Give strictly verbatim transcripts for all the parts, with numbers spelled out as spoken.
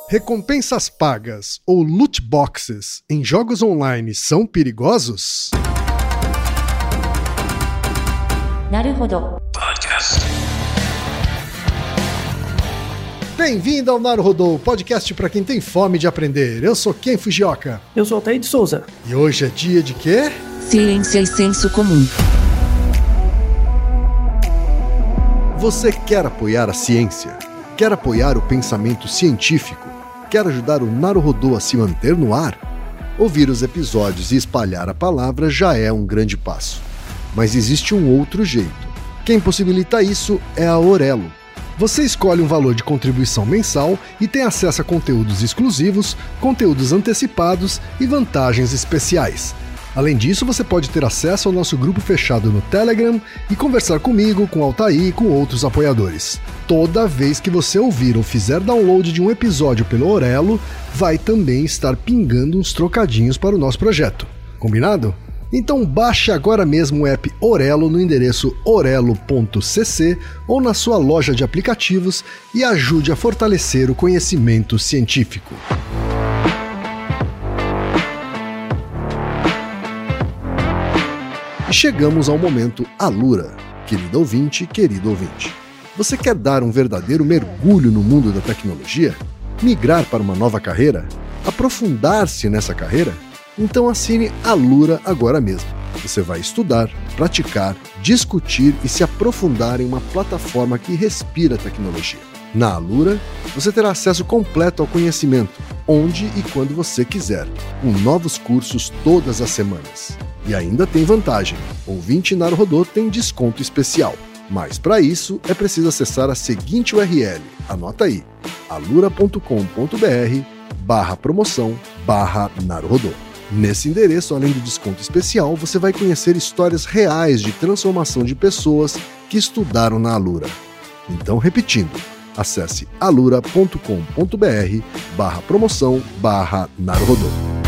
Recompensas pagas ou loot boxes em jogos online são perigosos? Naruhodo. Bem-vindo ao Naruhodo, podcast para quem tem fome de aprender. Eu sou Ken Fujioka. Eu sou Altair de Souza. E hoje é dia de quê? Ciência e senso comum. Você quer apoiar a ciência? Quer apoiar o pensamento científico? Quer ajudar o Naruhodo a se manter no ar? Ouvir os episódios e espalhar a palavra já é um grande passo. Mas existe um outro jeito. Quem possibilita isso é a Orelo. Você escolhe um valor de contribuição mensal e tem acesso a conteúdos exclusivos, conteúdos antecipados e vantagens especiais. Além disso, você pode ter acesso ao nosso grupo fechado no Telegram e conversar comigo, com Altair e com outros apoiadores. Toda vez que você ouvir ou fizer download de um episódio pelo Orelo, vai também estar pingando uns trocadinhos para o nosso projeto. Combinado? Então baixe agora mesmo o app Orelo no endereço orelo ponto c c ou na sua loja de aplicativos e ajude a fortalecer o conhecimento científico. E chegamos ao momento Alura. Querido ouvinte, querido ouvinte. Você quer dar um verdadeiro mergulho no mundo da tecnologia? Migrar para uma nova carreira? Aprofundar-se nessa carreira? Então assine Alura agora mesmo. Você vai estudar, praticar, discutir e se aprofundar em uma plataforma que respira tecnologia. Na Alura, você terá acesso completo ao conhecimento, onde e quando você quiser, com novos cursos todas as semanas. E ainda tem vantagem, ouvinte Naruhodo tem desconto especial. Mas para isso é preciso acessar a seguinte U R L, anota aí, alura ponto com ponto b r barra promoção barra Naruhodo. Nesse endereço, além do desconto especial, você vai conhecer histórias reais de transformação de pessoas que estudaram na Alura. Então, repetindo, acesse alura ponto com ponto b r barra promoção barra Naruhodo.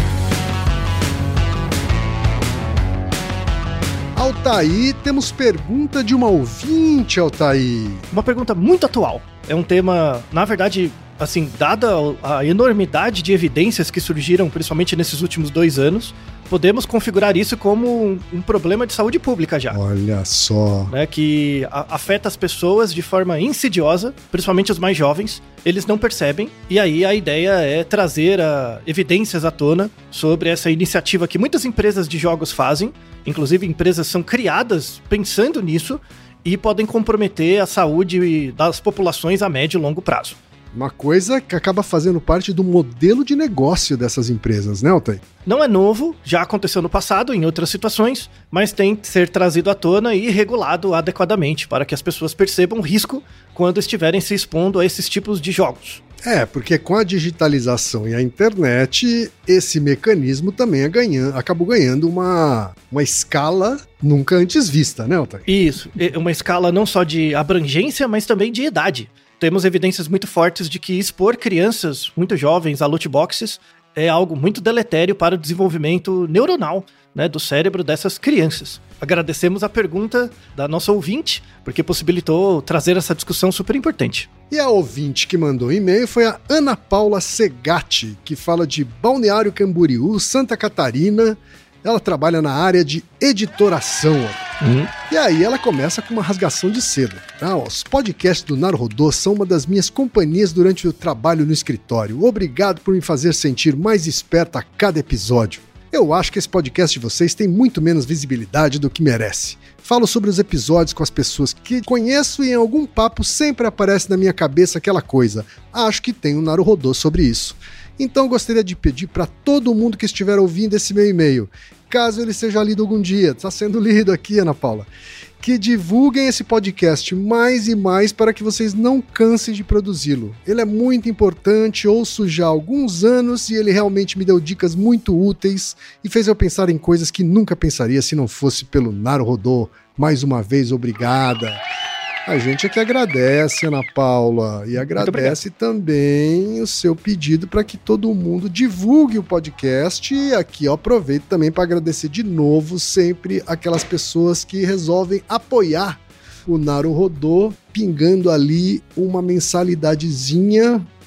Altair, temos pergunta de uma ouvinte, Altair. Uma pergunta muito atual. É um tema, na verdade, assim, dada a enormidade de evidências que surgiram, principalmente nesses últimos dois anos, podemos configurar isso como um, um problema de saúde pública já. Olha só. Né, que a, afeta as pessoas de forma insidiosa, principalmente os mais jovens, eles não percebem, e aí a ideia é trazer a, evidências à tona sobre essa iniciativa que muitas empresas de jogos fazem, inclusive empresas são criadas pensando nisso, e podem comprometer a saúde das populações a médio e longo prazo. Uma coisa que acaba fazendo parte do modelo de negócio dessas empresas, né, Altair? Não é novo, já aconteceu no passado, em outras situações, mas tem que ser trazido à tona e regulado adequadamente para que as pessoas percebam o risco quando estiverem se expondo a esses tipos de jogos. É, porque com a digitalização e a internet, esse mecanismo também é ganhando, acabou ganhando uma, uma escala nunca antes vista, né, Altair? Isso, uma escala não só de abrangência, mas também de idade. Temos evidências muito fortes de que expor crianças muito jovens a loot boxes é algo muito deletério para o desenvolvimento neuronal, né, do cérebro dessas crianças. Agradecemos a pergunta da nossa ouvinte, porque possibilitou trazer essa discussão super importante. E a ouvinte que mandou um e-mail foi a Ana Paula Segatti, que fala de Balneário Camboriú, Santa Catarina. Ela trabalha na área de editoração. Uhum. E aí ela começa com uma rasgação de seda. Ah, os podcasts do Naruhodo são uma das minhas companhias durante o trabalho no escritório. Obrigado por me fazer sentir mais esperta a cada episódio. Eu acho que esse podcast de vocês tem muito menos visibilidade do que merece. Falo sobre os episódios com as pessoas que conheço e em algum papo sempre aparece na minha cabeça aquela coisa. Acho que tem um Naruhodo sobre isso. Então gostaria de pedir para todo mundo que estiver ouvindo esse meu e-mail, caso ele seja lido algum dia, está sendo lido aqui, Ana Paula, que divulguem esse podcast mais e mais para que vocês não cansem de produzi-lo. Ele é muito importante, ouço já há alguns anos e ele realmente me deu dicas muito úteis e fez eu pensar em coisas que nunca pensaria se não fosse pelo Naruhodo. Mais uma vez, obrigada. A gente é que agradece, Ana Paula, e agradece também o seu pedido para que todo mundo divulgue o podcast. E aqui eu aproveito também para agradecer de novo sempre aquelas pessoas que resolvem apoiar o Naruhodo, pingando ali uma mensalidadezinha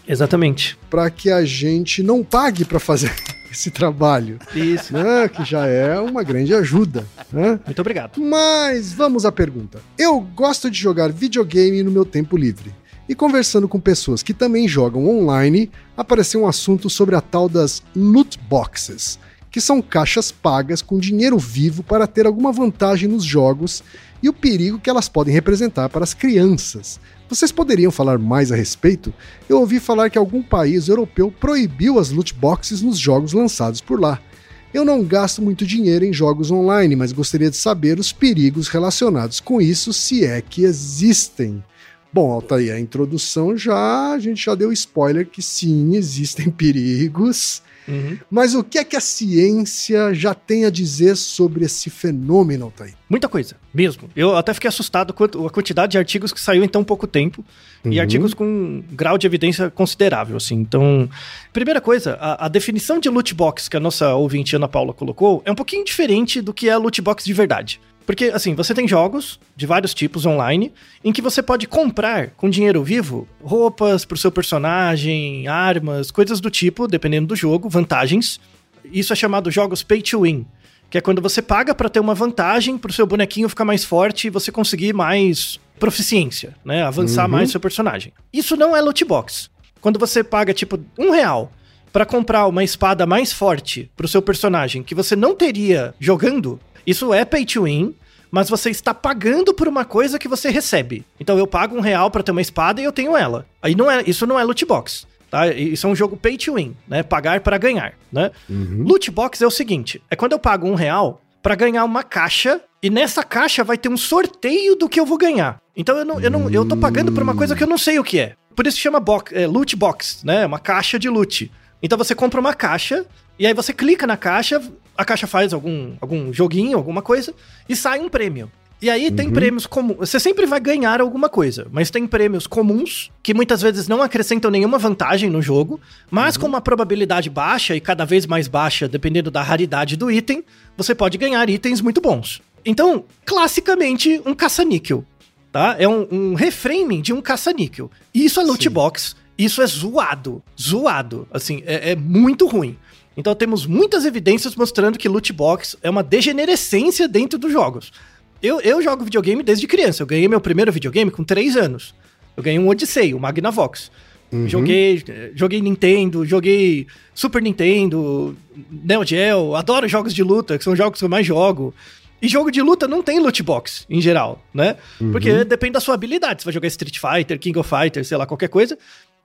Exatamente. Para que a gente não pague para fazer esse trabalho. Isso. Né? Que já é uma grande ajuda. Né? Muito obrigado. Mas vamos à pergunta. Eu gosto de jogar videogame no meu tempo livre. E conversando com pessoas que também jogam online, apareceu um assunto sobre a tal das loot boxes, que são caixas pagas com dinheiro vivo para ter alguma vantagem nos jogos e o perigo que elas podem representar para as crianças. Vocês poderiam falar mais a respeito? Eu ouvi falar que algum país europeu proibiu as loot boxes nos jogos lançados por lá. Eu não gasto muito dinheiro em jogos online, mas gostaria de saber os perigos relacionados com isso, se é que existem. Bom, Altair, a introdução já, a gente já deu spoiler que sim, existem perigos, uhum. Mas o que é que a ciência já tem a dizer sobre esse fenômeno, Altair? Muita coisa, mesmo. Eu até fiquei assustado com a quantidade de artigos que saiu em tão pouco tempo, uhum. E artigos com um grau de evidência considerável, assim. Então, primeira coisa, a, a definição de loot box que a nossa ouvinte Ana Paula colocou é um pouquinho diferente do que é loot box de verdade. Porque, assim, você tem jogos de vários tipos online em que você pode comprar com dinheiro vivo roupas pro seu personagem, armas, coisas do tipo, dependendo do jogo, vantagens. Isso é chamado jogos pay to win, que é quando você paga pra ter uma vantagem pro seu bonequinho ficar mais forte e você conseguir mais proficiência, né? Avançar uhum. mais seu personagem. Isso não é loot box. Quando você paga, tipo, um real pra comprar uma espada mais forte pro seu personagem que você não teria jogando... Isso é pay to win, mas você está pagando por uma coisa que você recebe. Então eu pago um real pra ter uma espada e eu tenho ela. Aí não é, isso não é loot box, tá? Isso é um jogo pay to win, né? Pagar para ganhar, né? Uhum. Loot box é o seguinte, é quando eu pago um real pra ganhar uma caixa e nessa caixa vai ter um sorteio do que eu vou ganhar. Então eu, não, eu, não, eu tô pagando por uma coisa que eu não sei o que é. Por isso chama box, é, loot box, né? Uma caixa de loot. Então você compra uma caixa e aí você clica na caixa... A caixa faz algum, algum joguinho, alguma coisa, e sai um prêmio. E aí tem uhum. prêmios comuns. Você sempre vai ganhar alguma coisa, mas tem prêmios comuns, que muitas vezes não acrescentam nenhuma vantagem no jogo, mas uhum. com uma probabilidade baixa e cada vez mais baixa, dependendo da raridade do item, você pode ganhar itens muito bons. Então, classicamente, um caça-níquel, tá? É um, um reframing de um caça-níquel. Isso é loot Sim. box, isso é zoado. Zoado, assim, é, é muito ruim. Então temos muitas evidências mostrando que loot box é uma degenerescência dentro dos jogos. Eu, eu jogo videogame desde criança. Eu ganhei meu primeiro videogame com três anos. Eu ganhei um Odyssey, um Magnavox. Uhum. Joguei, joguei Nintendo, joguei Super Nintendo, Neo Geo. Adoro jogos de luta, que são jogos que eu mais jogo. E jogo de luta não tem loot box, em geral, né? Uhum. Porque depende da sua habilidade. Você vai jogar Street Fighter, King of Fighters, sei lá, qualquer coisa...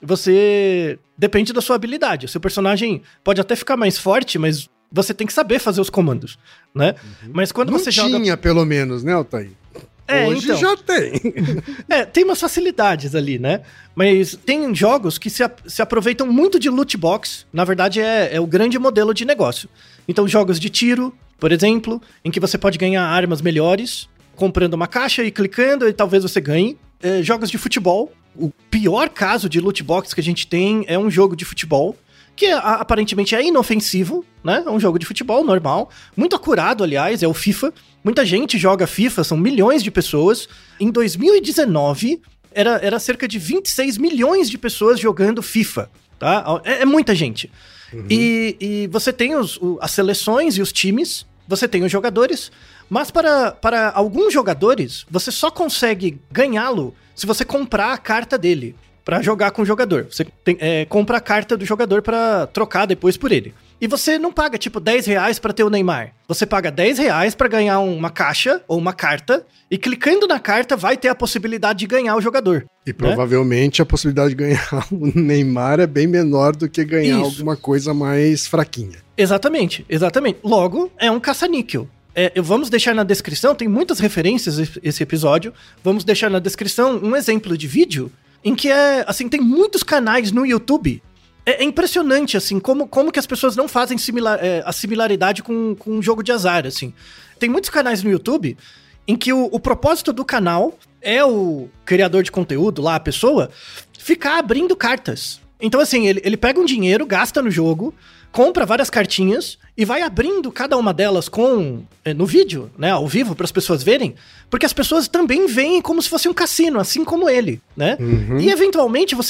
Você depende da sua habilidade. O seu personagem pode até ficar mais forte, mas você tem que saber fazer os comandos, né? Uhum. Mas quando Não você joga... tinha, pelo menos, né, Altair? É, Hoje então... já tem. É, tem umas facilidades ali, né? Mas tem jogos que se, a... se aproveitam muito de loot box. Na verdade, é, é o grande modelo de negócio. Então, jogos de tiro, por exemplo, em que você pode ganhar armas melhores, comprando uma caixa e clicando, e talvez você ganhe. É, jogos de futebol. O pior caso de loot box que a gente tem é um jogo de futebol, que a, aparentemente é inofensivo, né? É um jogo de futebol normal, muito acurado, aliás, é o FIFA. Muita gente joga FIFA, são milhões de pessoas. Em dois mil e dezenove, era, era cerca de vinte e seis milhões de pessoas jogando FIFA, tá? É, é muita gente. Uhum. E, e você tem os, o, as seleções e os times, você tem os jogadores, mas para, para alguns jogadores, você só consegue ganhá-lo se você comprar a carta dele pra jogar com o jogador. Você tem, é, compra a carta do jogador pra trocar depois por ele. E você não paga, tipo, dez reais pra ter o Neymar. Você paga dez reais pra ganhar uma caixa ou uma carta, e clicando na carta vai ter a possibilidade de ganhar o jogador. E provavelmente, né, a possibilidade de ganhar o Neymar é bem menor do que ganhar Isso. alguma coisa mais fraquinha. Exatamente, exatamente. Logo, é um caça-níquel. É, vamos deixar na descrição, tem muitas referências esse episódio, vamos deixar na descrição um exemplo de vídeo em que é, assim, tem muitos canais no YouTube. É, é impressionante, assim, como, como que as pessoas não fazem similar, é, a similaridade com, com um jogo de azar, assim. Tem muitos canais no YouTube em que o, o propósito do canal é o criador de conteúdo lá, a pessoa, ficar abrindo cartas. Então, assim, ele, ele pega um dinheiro, gasta no jogo, compra várias cartinhas e vai abrindo cada uma delas com é, no vídeo, né, ao vivo, para as pessoas verem, porque as pessoas também veem como se fosse um cassino, assim como ele, né? Uhum. E eventualmente você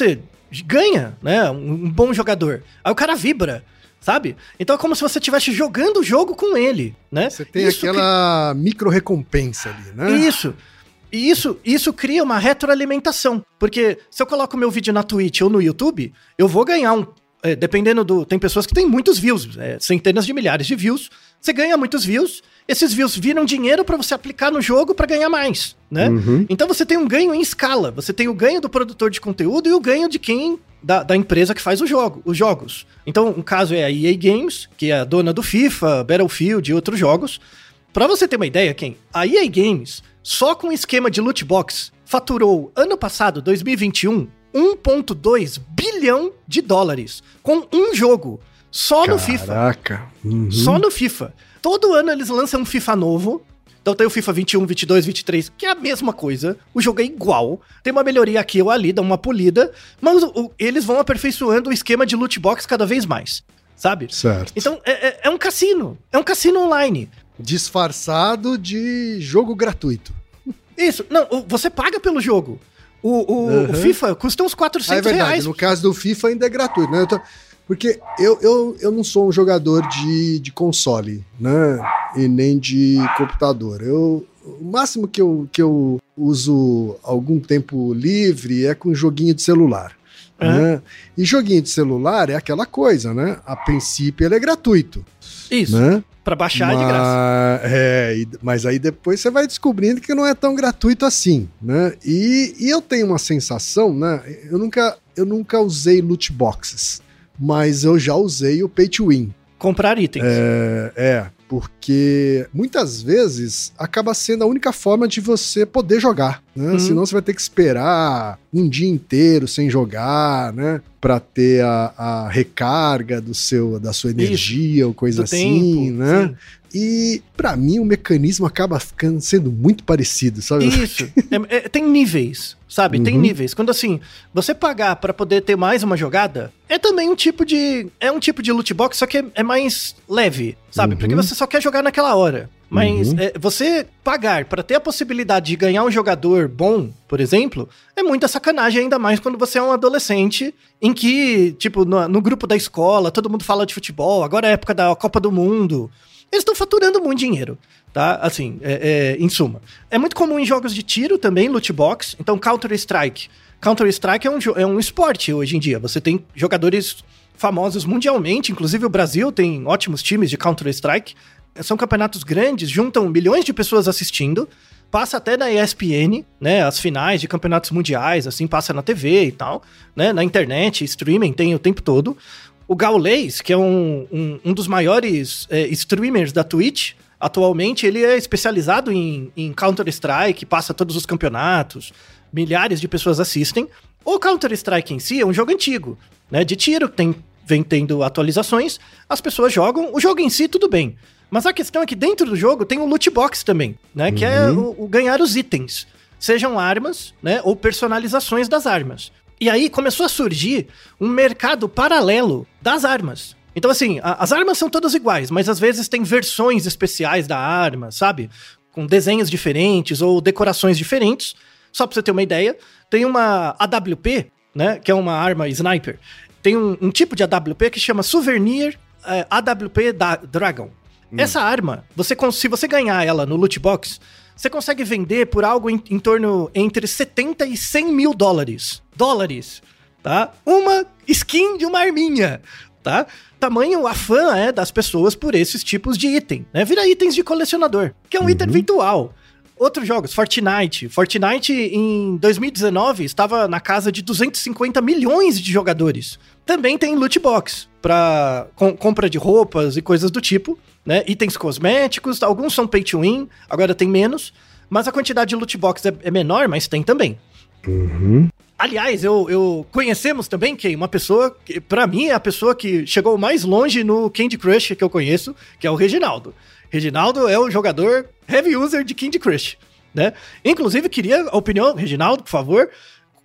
ganha, né? Um, um bom jogador. Aí o cara vibra, sabe? Então é como se você estivesse jogando o jogo com ele, né? Você tem isso aquela que... micro-recompensa ali, né? Isso. E isso, isso cria uma retroalimentação. Porque se eu coloco meu vídeo na Twitch ou no YouTube, eu vou ganhar um... É, dependendo do... Tem pessoas que têm muitos views, é, centenas de milhares de views. Você ganha muitos views, esses views viram dinheiro para você aplicar no jogo para ganhar mais, né? Uhum. Então você tem um ganho em escala. Você tem o ganho do produtor de conteúdo e o ganho de quem... Da, da empresa que faz o jogo, os jogos. Então, um caso é a E A Games, que é a dona do FIFA, Battlefield e outros jogos. Pra você ter uma ideia, Ken, a E A Games, só com o esquema de loot box, faturou, ano passado, dois mil e vinte e um, um vírgula dois bilhão de dólares com um jogo. Só Caraca. no FIFA. Caraca. Uhum. Só no FIFA. Todo ano eles lançam um FIFA novo. Então tem o FIFA vinte e um, vinte e dois, vinte e três, que é a mesma coisa. O jogo é igual. Tem uma melhoria aqui ou ali, dá uma polida. Mas o, eles vão aperfeiçoando o esquema de loot box cada vez mais. Sabe? Certo. Então é, é, é um cassino. É um cassino online. Disfarçado de jogo gratuito. Isso. Não, você paga pelo jogo. O, o, uhum. o FIFA custa uns quatrocentos reais. Ah, é verdade. Reais. No caso do FIFA ainda é gratuito, né? Eu tô... Porque eu, eu, eu não sou um jogador de, de console, né? E nem de computador. Eu, o máximo que eu, que eu uso algum tempo livre é com joguinho de celular. Uhum. Né? E joguinho de celular é aquela coisa, né? A princípio ele é gratuito. Isso. Né? Pra baixar mas, é de graça. É, mas aí depois você vai descobrindo que não é tão gratuito assim, né? E, e eu tenho uma sensação, né? Eu nunca, eu nunca usei loot boxes. Mas eu já usei o Pay to Win. Comprar itens. É, é, porque muitas vezes acaba sendo a única forma de você poder jogar, né? Uhum. Senão você vai ter que esperar um dia inteiro sem jogar, né? Pra ter a, a recarga do seu, da sua energia. Isso. Ou coisa do assim, tempo, né? Sim. E pra mim o mecanismo acaba ficando sendo muito parecido, sabe? Isso. é, é, tem níveis, sabe? Uhum. Tem níveis. Quando assim, você pagar pra poder ter mais uma jogada, é também um tipo de... É um tipo de loot box, só que é, é mais leve, sabe? Uhum. Porque você só quer jogar naquela hora. Mas uhum. é, você pagar pra ter a possibilidade de ganhar um jogador bom, por exemplo, é muita sacanagem, ainda mais quando você é um adolescente em que, tipo, no, no grupo da escola, todo mundo fala de futebol, agora é a época da Copa do Mundo. Eles estão faturando muito dinheiro, tá? Assim, é, é, em suma. É muito comum em jogos de tiro também, loot box. Então, Counter-Strike. Counter-Strike é um, é um esporte hoje em dia. Você tem jogadores famosos mundialmente, inclusive o Brasil tem ótimos times de Counter-Strike. São campeonatos grandes, juntam milhões de pessoas assistindo. Passa até na E S P N, né? As finais de campeonatos mundiais, assim, passa na T V e tal, né? Na internet, streaming, tem o tempo todo. O Gaules, que é um, um, um dos maiores é, streamers da Twitch, atualmente ele é especializado em, em Counter-Strike, passa todos os campeonatos, milhares de pessoas assistem. O Counter-Strike em si é um jogo antigo, né, de tiro, tem, vem tendo atualizações, as pessoas jogam, o jogo em si tudo bem. Mas a questão é que dentro do jogo tem um loot box também, né, que uhum. é o, o ganhar os itens, sejam armas, né, ou personalizações das armas. E aí começou a surgir um mercado paralelo das armas. Então, assim, a, as armas são todas iguais, mas às vezes tem versões especiais da arma, sabe? Com desenhos diferentes ou decorações diferentes. Só pra você ter uma ideia, tem uma A W P, né? Que é uma arma sniper. Tem um, um tipo de A W P que chama Souvenir é, A W P da Dragon. Hum. Essa arma, você, se você ganhar ela no loot box, você consegue vender por algo em, em torno entre setenta e cem mil dólares. Dólares, tá? Uma skin de uma arminha, tá? Tamanho afã é das pessoas por esses tipos de item, né? Vira itens de colecionador, que é um uhum. item virtual. Outros jogos, Fortnite. Fortnite em dois mil e dezenove estava na casa de duzentos e cinquenta milhões de jogadores. Também tem loot box para com, compra de roupas e coisas do tipo, né? Itens cosméticos, alguns são pay to win, agora tem menos, mas a quantidade de loot box é, é menor, mas tem também. Uhum. Aliás, eu, eu conhecemos também, Ken, uma pessoa, que, pra mim, é a pessoa que chegou mais longe no Candy Crush que eu conheço, que é o Reginaldo. Reginaldo é o jogador heavy user de Candy Crush, né? Inclusive, queria a opinião, Reginaldo, por favor,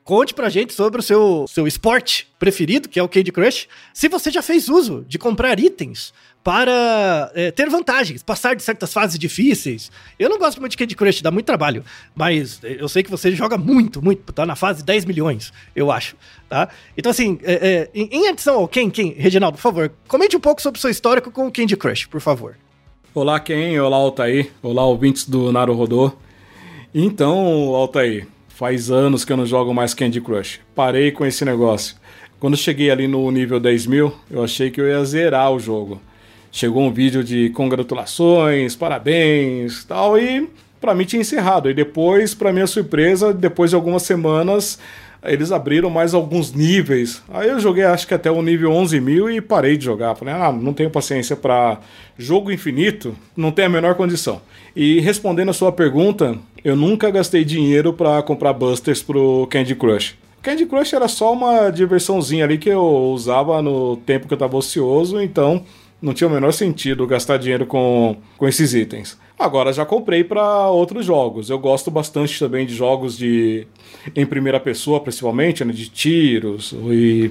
conte pra gente sobre o seu, seu esporte preferido, que é o Candy Crush. Se você já fez uso de comprar itens para é, ter vantagens, passar de certas fases difíceis. Eu não gosto muito de Candy Crush, dá muito trabalho, mas eu sei que você joga muito, muito, tá na fase dez milhões, eu acho, tá? Então assim, é, é, em, em adição ao Ken, Ken, Reginaldo, por favor, comente um pouco sobre o seu histórico com o Candy Crush, por favor. Olá, Ken, olá, Altair, olá, ouvintes do Naruhodô. Então, Altair, faz anos que eu não jogo mais Candy Crush, parei com esse negócio. Quando cheguei ali no nível dez mil, eu achei que eu ia zerar o jogo. Chegou um vídeo de congratulações, parabéns e tal, e pra mim tinha encerrado. E depois, pra minha surpresa, depois de algumas semanas, eles abriram mais alguns níveis. Aí eu joguei acho que até o nível onze mil e parei de jogar. Falei, ah, não tenho paciência pra jogo infinito, não tem a menor condição. E respondendo a sua pergunta, eu nunca gastei dinheiro pra comprar busters pro Candy Crush. Candy Crush era só uma diversãozinha ali que eu usava no tempo que eu tava ocioso, então não tinha o menor sentido gastar dinheiro com, com esses itens. Agora já comprei para outros jogos. Eu gosto bastante também de jogos de em primeira pessoa, principalmente, né, de tiros e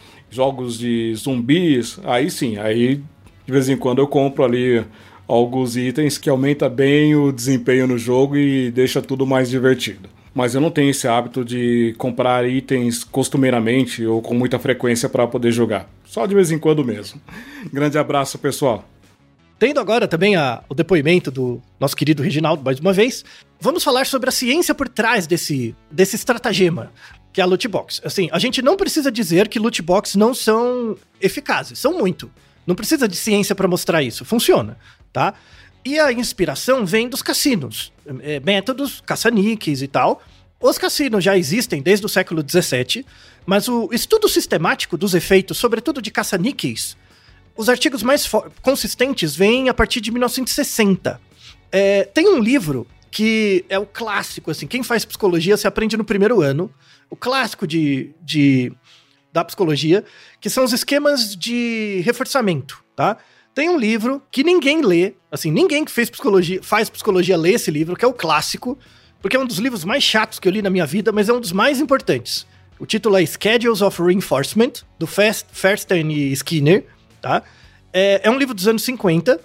jogos de zumbis. Aí sim, aí de vez em quando eu compro ali alguns itens que aumenta bem o desempenho no jogo e deixa tudo mais divertido. Mas eu não tenho esse hábito de comprar itens costumeiramente ou com muita frequência para poder jogar. Só de vez em quando mesmo. Grande abraço, pessoal. Tendo agora também a, o depoimento do nosso querido Reginaldo, mais uma vez, vamos falar sobre a ciência por trás desse, desse estratagema, que é a loot box. Assim, a gente não precisa dizer que loot box não são eficazes, são muito. Não precisa de ciência para mostrar isso, funciona, tá? E a inspiração vem dos cassinos, é, métodos, caça-níqueis e tal. Os cassinos já existem desde o século dezessete, mas o estudo sistemático dos efeitos, sobretudo de caça-níqueis, os artigos mais consistentes vêm a partir de mil novecentos e sessenta. É, tem um livro que é o clássico, assim, quem faz psicologia se aprende no primeiro ano, o clássico de, de, da psicologia, que são os esquemas de reforçamento, tá? Tem um livro que ninguém lê, assim, ninguém que fez psicologia, faz psicologia lê esse livro, que é o clássico, porque é um dos livros mais chatos que eu li na minha vida, mas é um dos mais importantes. O título é Schedules of Reinforcement, do Feuerstein e Skinner, tá? É, é um livro dos anos cinquenta,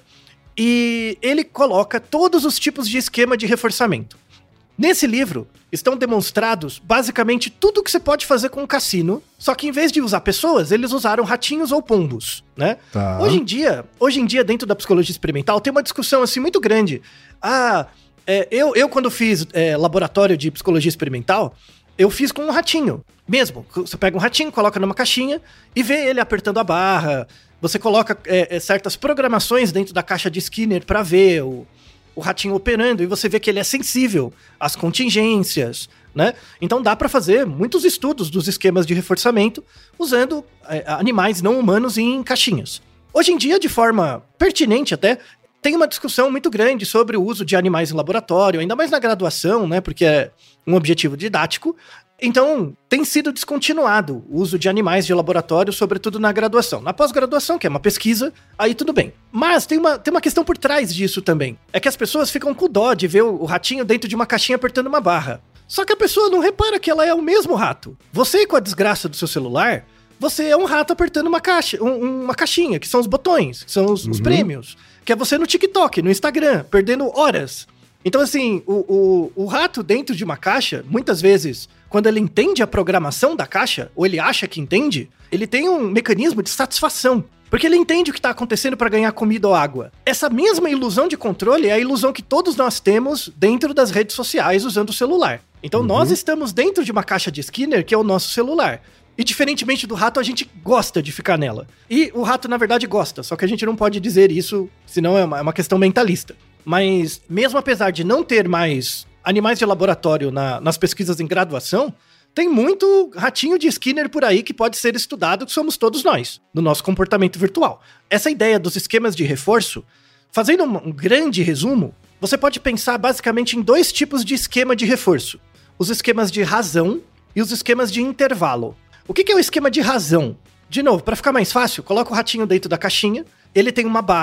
e ele coloca todos os tipos de esquema de reforçamento. Nesse livro, estão demonstrados basicamente tudo que você pode fazer com um cassino, só que em vez de usar pessoas, eles usaram ratinhos ou pombos, né? Tá. Hoje em dia, hoje em dia, dentro da psicologia experimental, tem uma discussão assim muito grande. Ah, é, eu, eu quando fiz é, laboratório de psicologia experimental, eu fiz com um ratinho, mesmo. Você pega um ratinho, coloca numa caixinha e vê ele apertando a barra. Você coloca é, certas programações dentro da caixa de Skinner para ver o... o ratinho operando, e você vê que ele é sensível às contingências, né? Então dá para fazer muitos estudos dos esquemas de reforçamento usando é, animais não humanos em caixinhas. Hoje em dia, de forma pertinente até, tem uma discussão muito grande sobre o uso de animais em laboratório, ainda mais na graduação, né? Porque é um objetivo didático. Então, tem sido descontinuado o uso de animais de laboratório, sobretudo na graduação. Na pós-graduação, que é uma pesquisa, aí tudo bem. Mas tem uma, tem uma questão por trás disso também. É que as pessoas ficam com dó de ver o, o ratinho dentro de uma caixinha apertando uma barra. Só que a pessoa não repara que ela é o mesmo rato. Você, com a desgraça do seu celular, você é um rato apertando uma caixa, um, uma caixinha, que são os botões, que são os, uhum. os prêmios. Que é você no TikTok, no Instagram, perdendo horas. Então, assim, o, o, o rato dentro de uma caixa, muitas vezes, quando ele entende a programação da caixa, ou ele acha que entende, ele tem um mecanismo de satisfação. Porque ele entende o que está acontecendo para ganhar comida ou água. Essa mesma ilusão de controle é a ilusão que todos nós temos dentro das redes sociais usando o celular. Então, uhum. nós estamos dentro de uma caixa de Skinner, que é o nosso celular. E diferentemente do rato, a gente gosta de ficar nela. E o rato, na verdade, gosta, só que a gente não pode dizer isso, senão é uma, é uma questão mentalista. Mas, mesmo apesar de não ter mais animais de laboratório na, nas pesquisas em graduação, tem muito ratinho de Skinner por aí que pode ser estudado, que somos todos nós, no nosso comportamento virtual. Essa ideia dos esquemas de reforço, fazendo um, um grande resumo, você pode pensar basicamente em dois tipos de esquema de reforço. Os esquemas de razão e os esquemas de intervalo. O que, que é o esquema de razão? De novo, para ficar mais fácil, coloca o ratinho dentro da caixinha, ele tem uma barra,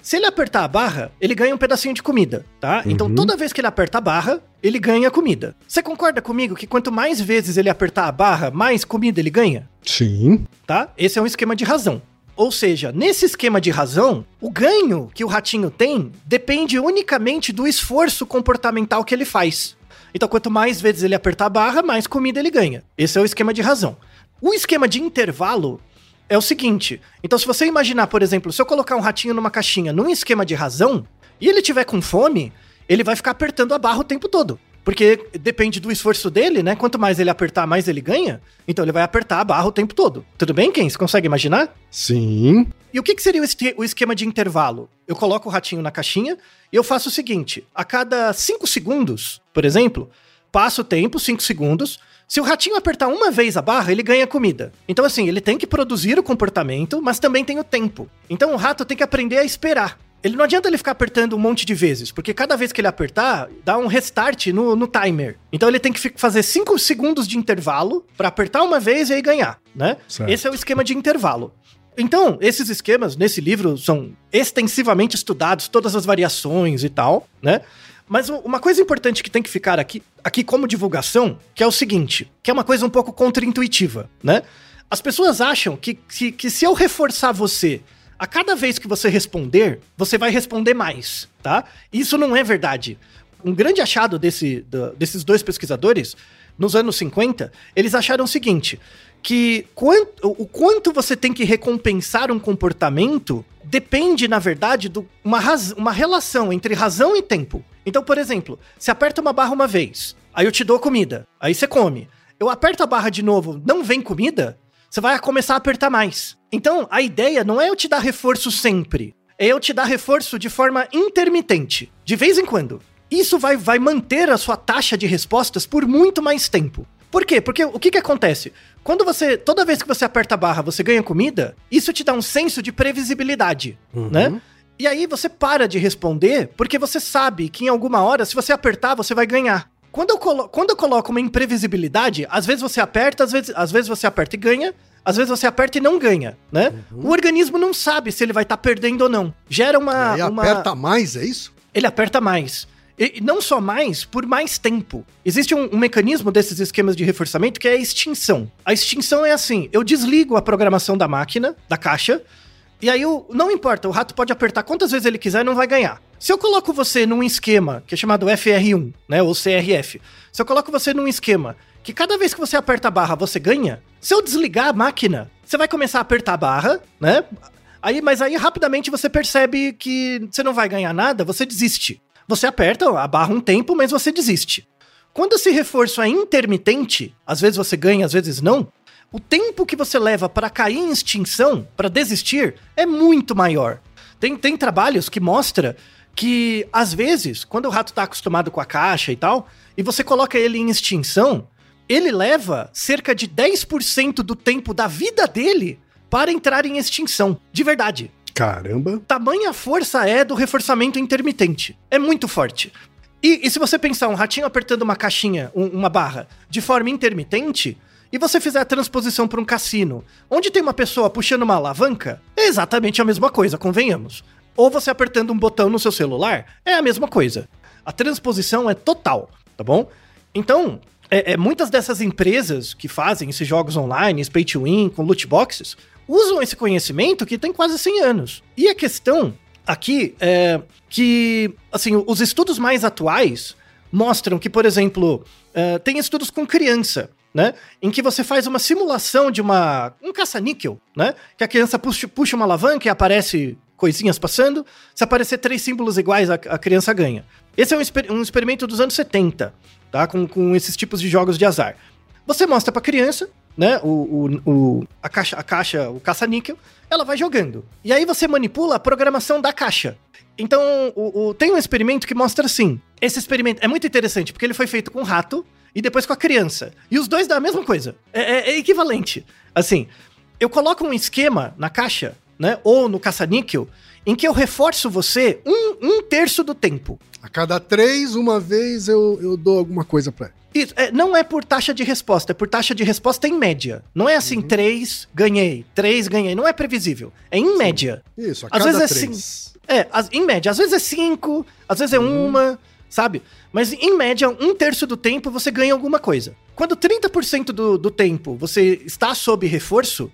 Se ele apertar a barra, ele ganha um pedacinho de comida, tá? Uhum. Então, toda vez que ele aperta a barra, ele ganha comida. Você concorda comigo que quanto mais vezes ele apertar a barra, mais comida ele ganha? Sim. Tá? Esse é um esquema de razão. Ou seja, nesse esquema de razão, o ganho que o ratinho tem depende unicamente do esforço comportamental que ele faz. Então, quanto mais vezes ele apertar a barra, mais comida ele ganha. Esse é o esquema de razão. O esquema de intervalo é o seguinte. Então, se você imaginar, por exemplo, se eu colocar um ratinho numa caixinha num esquema de razão, e ele tiver com fome, ele vai ficar apertando a barra o tempo todo. Porque depende do esforço dele, né? Quanto mais ele apertar, mais ele ganha. Então, ele vai apertar a barra o tempo todo. Tudo bem, Ken? Você consegue imaginar? Sim. E o que, que seria o, este- o esquema de intervalo? Eu coloco o ratinho na caixinha e eu faço o seguinte. A cada cinco segundos, por exemplo, passo o tempo, cinco segundos. Se o ratinho apertar uma vez a barra, ele ganha comida. Então, assim, ele tem que produzir o comportamento, mas também tem o tempo. Então, o rato tem que aprender a esperar. Ele não adianta ele ficar apertando um monte de vezes, porque cada vez que ele apertar, dá um restart no, no timer. Então, ele tem que fi- fazer cinco segundos de intervalo pra apertar uma vez e aí ganhar, né? Certo. Esse é o esquema de intervalo. Então, esses esquemas, nesse livro, são extensivamente estudados, todas as variações e tal, né? Mas uma coisa importante que tem que ficar aqui, aqui como divulgação, que é o seguinte, que é uma coisa um pouco contraintuitiva, né? As pessoas acham que, que, que se eu reforçar você a cada vez que você responder, você vai responder mais, tá? Isso não é verdade. Um grande achado desse, do, desses dois pesquisadores, nos anos cinquenta, eles acharam o seguinte, que quanto, o quanto você tem que recompensar um comportamento depende, na verdade, de uma, raz, uma relação entre razão e tempo. Então, por exemplo, você aperta uma barra uma vez, aí eu te dou comida, aí você come. Eu aperto a barra de novo, não vem comida, você vai começar a apertar mais. Então, a ideia não é eu te dar reforço sempre, é eu te dar reforço de forma intermitente, de vez em quando. Isso vai, vai manter a sua taxa de respostas por muito mais tempo. Por quê? Porque o que que acontece? Quando você, toda vez que você aperta a barra, você ganha comida, isso te dá um senso de previsibilidade, uhum. né? E aí você para de responder, porque você sabe que em alguma hora, se você apertar, você vai ganhar. Quando eu, colo- quando eu coloco uma imprevisibilidade, às vezes você aperta, às vezes, às vezes você aperta e ganha, às vezes você aperta e não ganha, né? Uhum. O organismo não sabe se ele vai estar tá perdendo ou não. Gera uma... E aí uma... aperta mais, é isso? Ele aperta mais. E não só mais, por mais tempo. Existe um, um mecanismo desses esquemas de reforçamento que é a extinção. A extinção é assim, eu desligo a programação da máquina, da caixa, e aí eu, não importa, o rato pode apertar quantas vezes ele quiser e não vai ganhar. Se eu coloco você num esquema, que é chamado F R um, né, ou C R F, se eu coloco você num esquema que cada vez que você aperta a barra você ganha, se eu desligar a máquina, você vai começar a apertar a barra, né? Aí, mas aí rapidamente você percebe que você não vai ganhar nada, você desiste. Você aperta a barra um tempo, mas você desiste. Quando esse reforço é intermitente, às vezes você ganha, às vezes não, o tempo que você leva para cair em extinção, para desistir, é muito maior. Tem, tem trabalhos que mostram que, às vezes, quando o rato está acostumado com a caixa e tal, e você coloca ele em extinção, ele leva cerca de dez por cento do tempo da vida dele para entrar em extinção, de verdade. Caramba. Tamanha força é do reforçamento intermitente. É muito forte. E, e se você pensar um ratinho apertando uma caixinha, um, uma barra, de forma intermitente, e você fizer a transposição para um cassino, onde tem uma pessoa puxando uma alavanca, é exatamente a mesma coisa, convenhamos. Ou você apertando um botão no seu celular, é a mesma coisa. A transposição é total, tá bom? Então, é, é, muitas dessas empresas que fazem esses jogos online, pay to win, com loot boxes, usam esse conhecimento que tem quase cem anos. E a questão aqui é que, assim, os estudos mais atuais mostram que, por exemplo, uh, tem estudos com criança, né? Em que você faz uma simulação de uma um caça-níquel, né? Que a criança puxa, puxa uma alavanca e aparece coisinhas passando. Se aparecer três símbolos iguais, a, a criança ganha. Esse é um, exper- um experimento dos anos setenta, tá? Com, com esses tipos de jogos de azar. Você mostra pra criança, né, o, o, o, a caixa, a caixa, o caça-níquel, ela vai jogando. E aí você manipula a programação da caixa. Então, o, o, tem um experimento que mostra assim. Esse experimento é muito interessante, porque ele foi feito com um rato e depois com a criança. E os dois dão a mesma coisa. É, é, é equivalente. Assim, eu coloco um esquema na caixa, né, ou no caça-níquel, em que eu reforço você um, um terço do tempo. A cada três, uma vez, eu, eu dou alguma coisa pra ele. Isso, é, não é por taxa de resposta, é por taxa de resposta em média. Não é assim, três, ganhei, três, ganhei. Não é previsível. É em Sim. média. Isso, a às cada vezes é três. Cinco, é, as, em média. Às vezes é cinco, às vezes é uhum. uma, sabe? Mas em média, um terço do tempo você ganha alguma coisa. Quando trinta por cento do, do tempo você está sob reforço,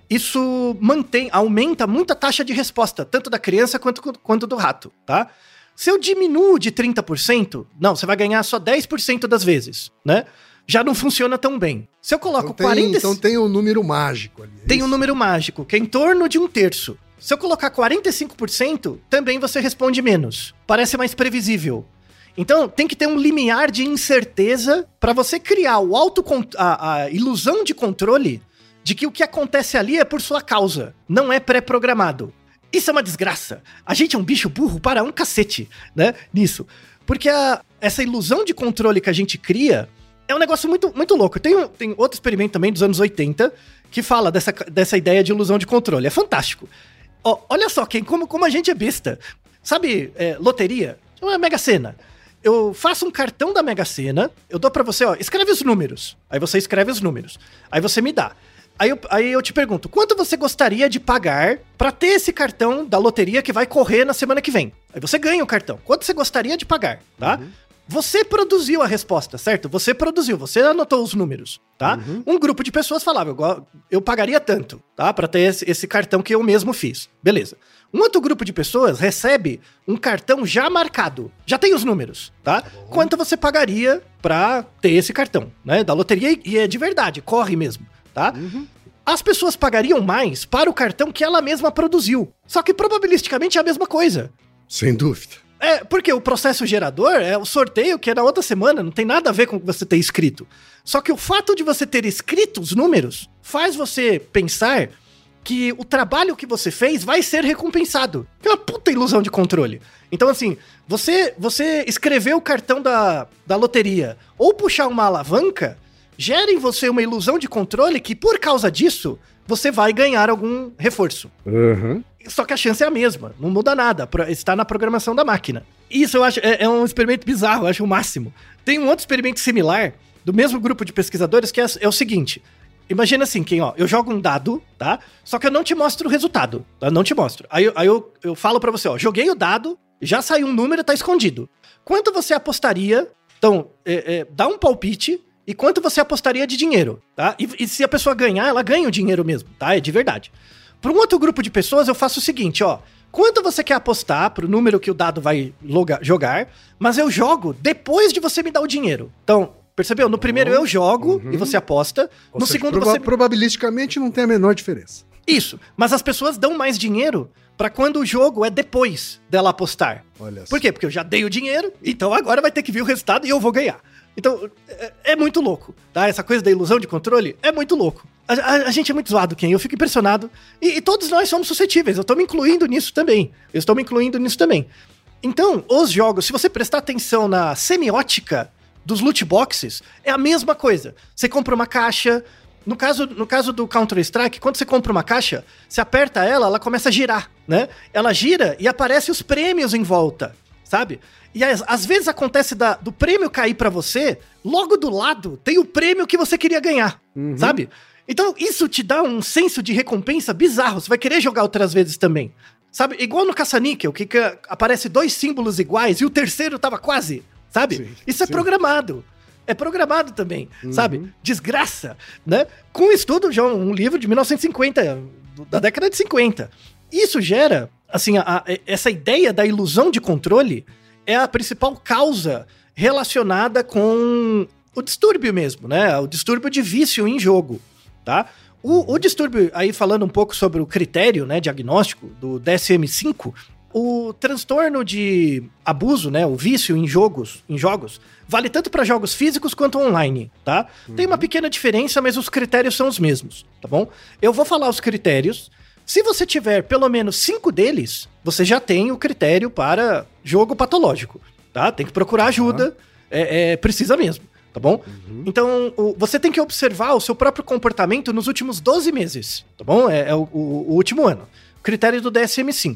isso mantém, aumenta muito a taxa de resposta, tanto da criança quanto, quanto do rato, tá? Se eu diminuo de trinta por cento, não, você vai ganhar só dez por cento das vezes, né? Já não funciona tão bem. Se eu coloco então tem, quarenta... Então tem um número mágico ali. É tem isso? um número mágico, que é em torno de um terço. Se eu colocar quarenta e cinco por cento, também você responde menos. Parece mais previsível. Então tem que ter um limiar de incerteza para você criar o auto, a, a ilusão de controle de que o que acontece ali é por sua causa, não é pré-programado. Isso é uma desgraça. A gente é um bicho burro para um cacete, né, nisso. Porque a, essa ilusão de controle que a gente cria é um negócio muito, muito louco. Tem, tem outro experimento também dos anos oitenta que fala dessa, dessa ideia de ilusão de controle. É fantástico. Ó, olha só quem, como, como a gente é besta. Sabe, é, loteria? Uma Mega Sena. Eu faço um cartão da Mega Sena, eu dou pra você, ó, escreve os números. Aí você escreve os números. Aí você me dá. Aí eu, aí eu te pergunto, quanto você gostaria de pagar pra ter esse cartão da loteria que vai correr na semana que vem? Aí você ganha o cartão. Quanto você gostaria de pagar, tá? Uhum. Você produziu a resposta, certo? Você produziu, você anotou os números, tá? Uhum. Um grupo de pessoas falava, eu, eu pagaria tanto, tá? Pra ter esse, esse cartão que eu mesmo fiz. Beleza. Um outro grupo de pessoas recebe um cartão já marcado. Já tem os números, tá? Uhum. Quanto você pagaria pra ter esse cartão, né? Da loteria, e é de verdade, corre mesmo. Tá? Uhum. As pessoas pagariam mais para o cartão que ela mesma produziu. Só que probabilisticamente é a mesma coisa. Sem dúvida. É, porque o processo gerador é o sorteio que é na outra semana, não tem nada a ver com o que você ter escrito. Só que o fato de você ter escrito os números faz você pensar que o trabalho que você fez vai ser recompensado. É uma puta ilusão de controle. Então, assim, você, você escrever o cartão da, da loteria ou puxar uma alavanca gera em você uma ilusão de controle que, por causa disso, você vai ganhar algum reforço. Uhum. Só que a chance é a mesma, não muda nada, está na programação da máquina. Isso eu acho, é, é um experimento bizarro, eu acho o máximo. Tem um outro experimento similar, do mesmo grupo de pesquisadores, que é, é o seguinte. Imagina assim, quem, ó, eu jogo um dado, tá? Só que eu não te mostro o resultado, tá? Não te mostro. Aí, aí eu, eu falo pra você, ó, joguei o dado, já saiu um número, tá escondido. Quanto você apostaria? Então, é, é, dá um palpite. E quanto você apostaria de dinheiro, tá? E, e se a pessoa ganhar, ela ganha o dinheiro mesmo, tá? É de verdade. Para um outro grupo de pessoas, eu faço o seguinte, ó. Quanto você quer apostar pro número que o dado vai loga- jogar, mas eu jogo depois de você me dar o dinheiro. Então, percebeu? No primeiro eu jogo uhum. e você aposta. Ou no seja, segundo proba- você... probabilisticamente não tem a menor diferença. Isso. Mas as pessoas dão mais dinheiro pra quando o jogo é depois dela apostar. Olha Por quê? Porque eu já dei o dinheiro, então agora vai ter que vir o resultado e eu vou ganhar. Então, é, é muito louco, tá? Essa coisa da ilusão de controle é muito louco. A, a, a gente é muito zoado, Ken, eu fico impressionado. E, e todos nós somos suscetíveis, eu tô me incluindo nisso também. Eu estou me incluindo nisso também. Então, os jogos, se você prestar atenção na semiótica dos loot boxes, é a mesma coisa. Você compra uma caixa... No caso, no caso do Counter-Strike, quando você compra uma caixa, você aperta ela, ela começa a girar, né? Ela gira e aparecem os prêmios em volta, sabe? E às, às vezes acontece da, do prêmio cair pra você, logo do lado tem o prêmio que você queria ganhar, uhum. sabe? Então isso te dá um senso de recompensa bizarro, você vai querer jogar outras vezes também. Sabe? Igual no caça-níquel, que, que aparece dois símbolos iguais e o terceiro tava quase, sabe? Sim, isso é sim. programado. É programado também, uhum. sabe? Desgraça, né? Com um estudo, já um livro de mil novecentos e cinquenta, da década de cinquenta. Isso gera, assim, a, a, essa ideia da ilusão de controle é a principal causa relacionada com o distúrbio mesmo, né? O distúrbio de vício em jogo, tá? O, o distúrbio, aí falando um pouco sobre o critério, né, diagnóstico do D S M cinco, o transtorno de abuso, né, o vício em jogos, em jogos, vale tanto para jogos físicos quanto online, tá? Uhum. Tem uma pequena diferença, mas os critérios são os mesmos, tá bom? Eu vou falar os critérios. Se você tiver pelo menos cinco deles, você já tem o critério para jogo patológico, tá? Tem que procurar ajuda, uhum. é, é, precisa mesmo, tá bom? Uhum. Então, o, você tem que observar o seu próprio comportamento nos últimos doze meses, tá bom? É, é o, o, o último ano. Critério do D S M cinco.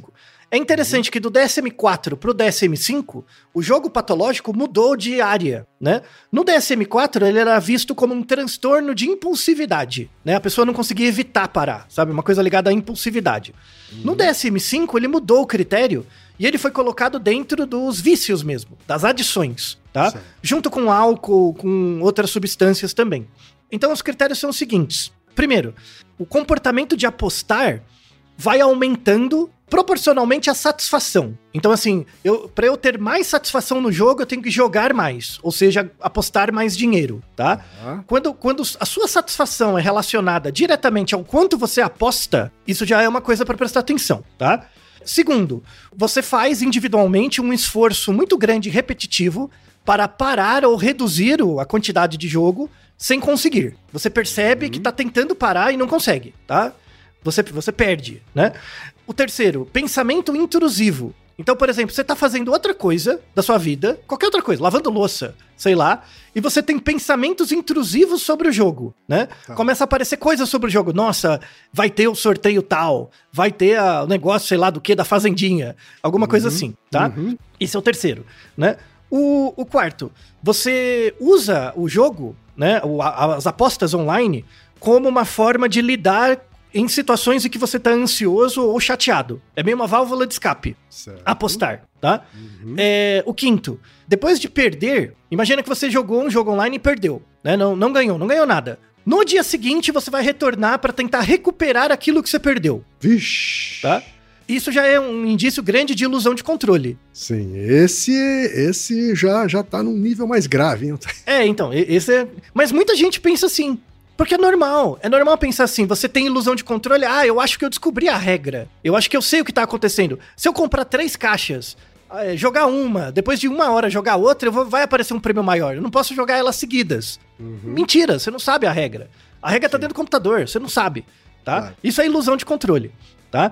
É interessante que do D S M quatro pro D S M cinco, o jogo patológico mudou de área, né? No D S M quatro, ele era visto como um transtorno de impulsividade, né? A pessoa não conseguia evitar parar, sabe? Uma coisa ligada à impulsividade. Uhum. No D S M cinco, ele mudou o critério e ele foi colocado dentro dos vícios mesmo, das adições, tá? Certo. Junto com álcool, com outras substâncias também. Então, os critérios são os seguintes. Primeiro, o comportamento de apostar vai aumentando proporcionalmente à satisfação. Então, assim, eu, pra eu ter mais satisfação no jogo, eu tenho que jogar mais. Ou seja, apostar mais dinheiro, tá? Uhum. Quando, quando a sua satisfação é relacionada diretamente ao quanto você aposta, isso já é uma coisa para prestar atenção, tá? Segundo, você faz individualmente um esforço muito grande e repetitivo para parar ou reduzir a quantidade de jogo sem conseguir. Você percebe uhum. que tá tentando parar e não consegue, tá? Você, você perde, né? O terceiro, pensamento intrusivo. Então, por exemplo, você tá fazendo outra coisa da sua vida, qualquer outra coisa, lavando louça, sei lá, e você tem pensamentos intrusivos sobre o jogo, né? Tá. Começa a aparecer coisas sobre o jogo. Nossa, vai ter o sorteio tal, vai ter a, o negócio, sei lá, do que, da fazendinha, alguma uhum. coisa assim, tá? Uhum. Esse é o terceiro, né? O, o quarto, você usa o jogo, né, as apostas online, como uma forma de lidar em situações em que você tá ansioso ou chateado. É meio uma válvula de escape. Certo. Apostar, tá? Uhum. É, o quinto, depois de perder, imagina que você jogou um jogo online e perdeu, né? Não, não ganhou, não ganhou nada. No dia seguinte, você vai retornar para tentar recuperar aquilo que você perdeu. Vixe! Tá? Isso já é um indício grande de ilusão de controle. Sim, esse, esse já, já tá num nível mais grave, hein? É, então, esse é... Mas muita gente pensa assim. Porque é normal, é normal pensar assim, você tem ilusão de controle, ah, eu acho que eu descobri a regra, eu acho que eu sei o que tá acontecendo. Se eu comprar três caixas, jogar uma, depois de uma hora jogar outra, eu vou, vai aparecer um prêmio maior, eu não posso jogar elas seguidas. Uhum. Mentira, você não sabe a regra. A regra Sim. tá dentro do computador, você não sabe, tá? Claro. Isso é ilusão de controle, tá?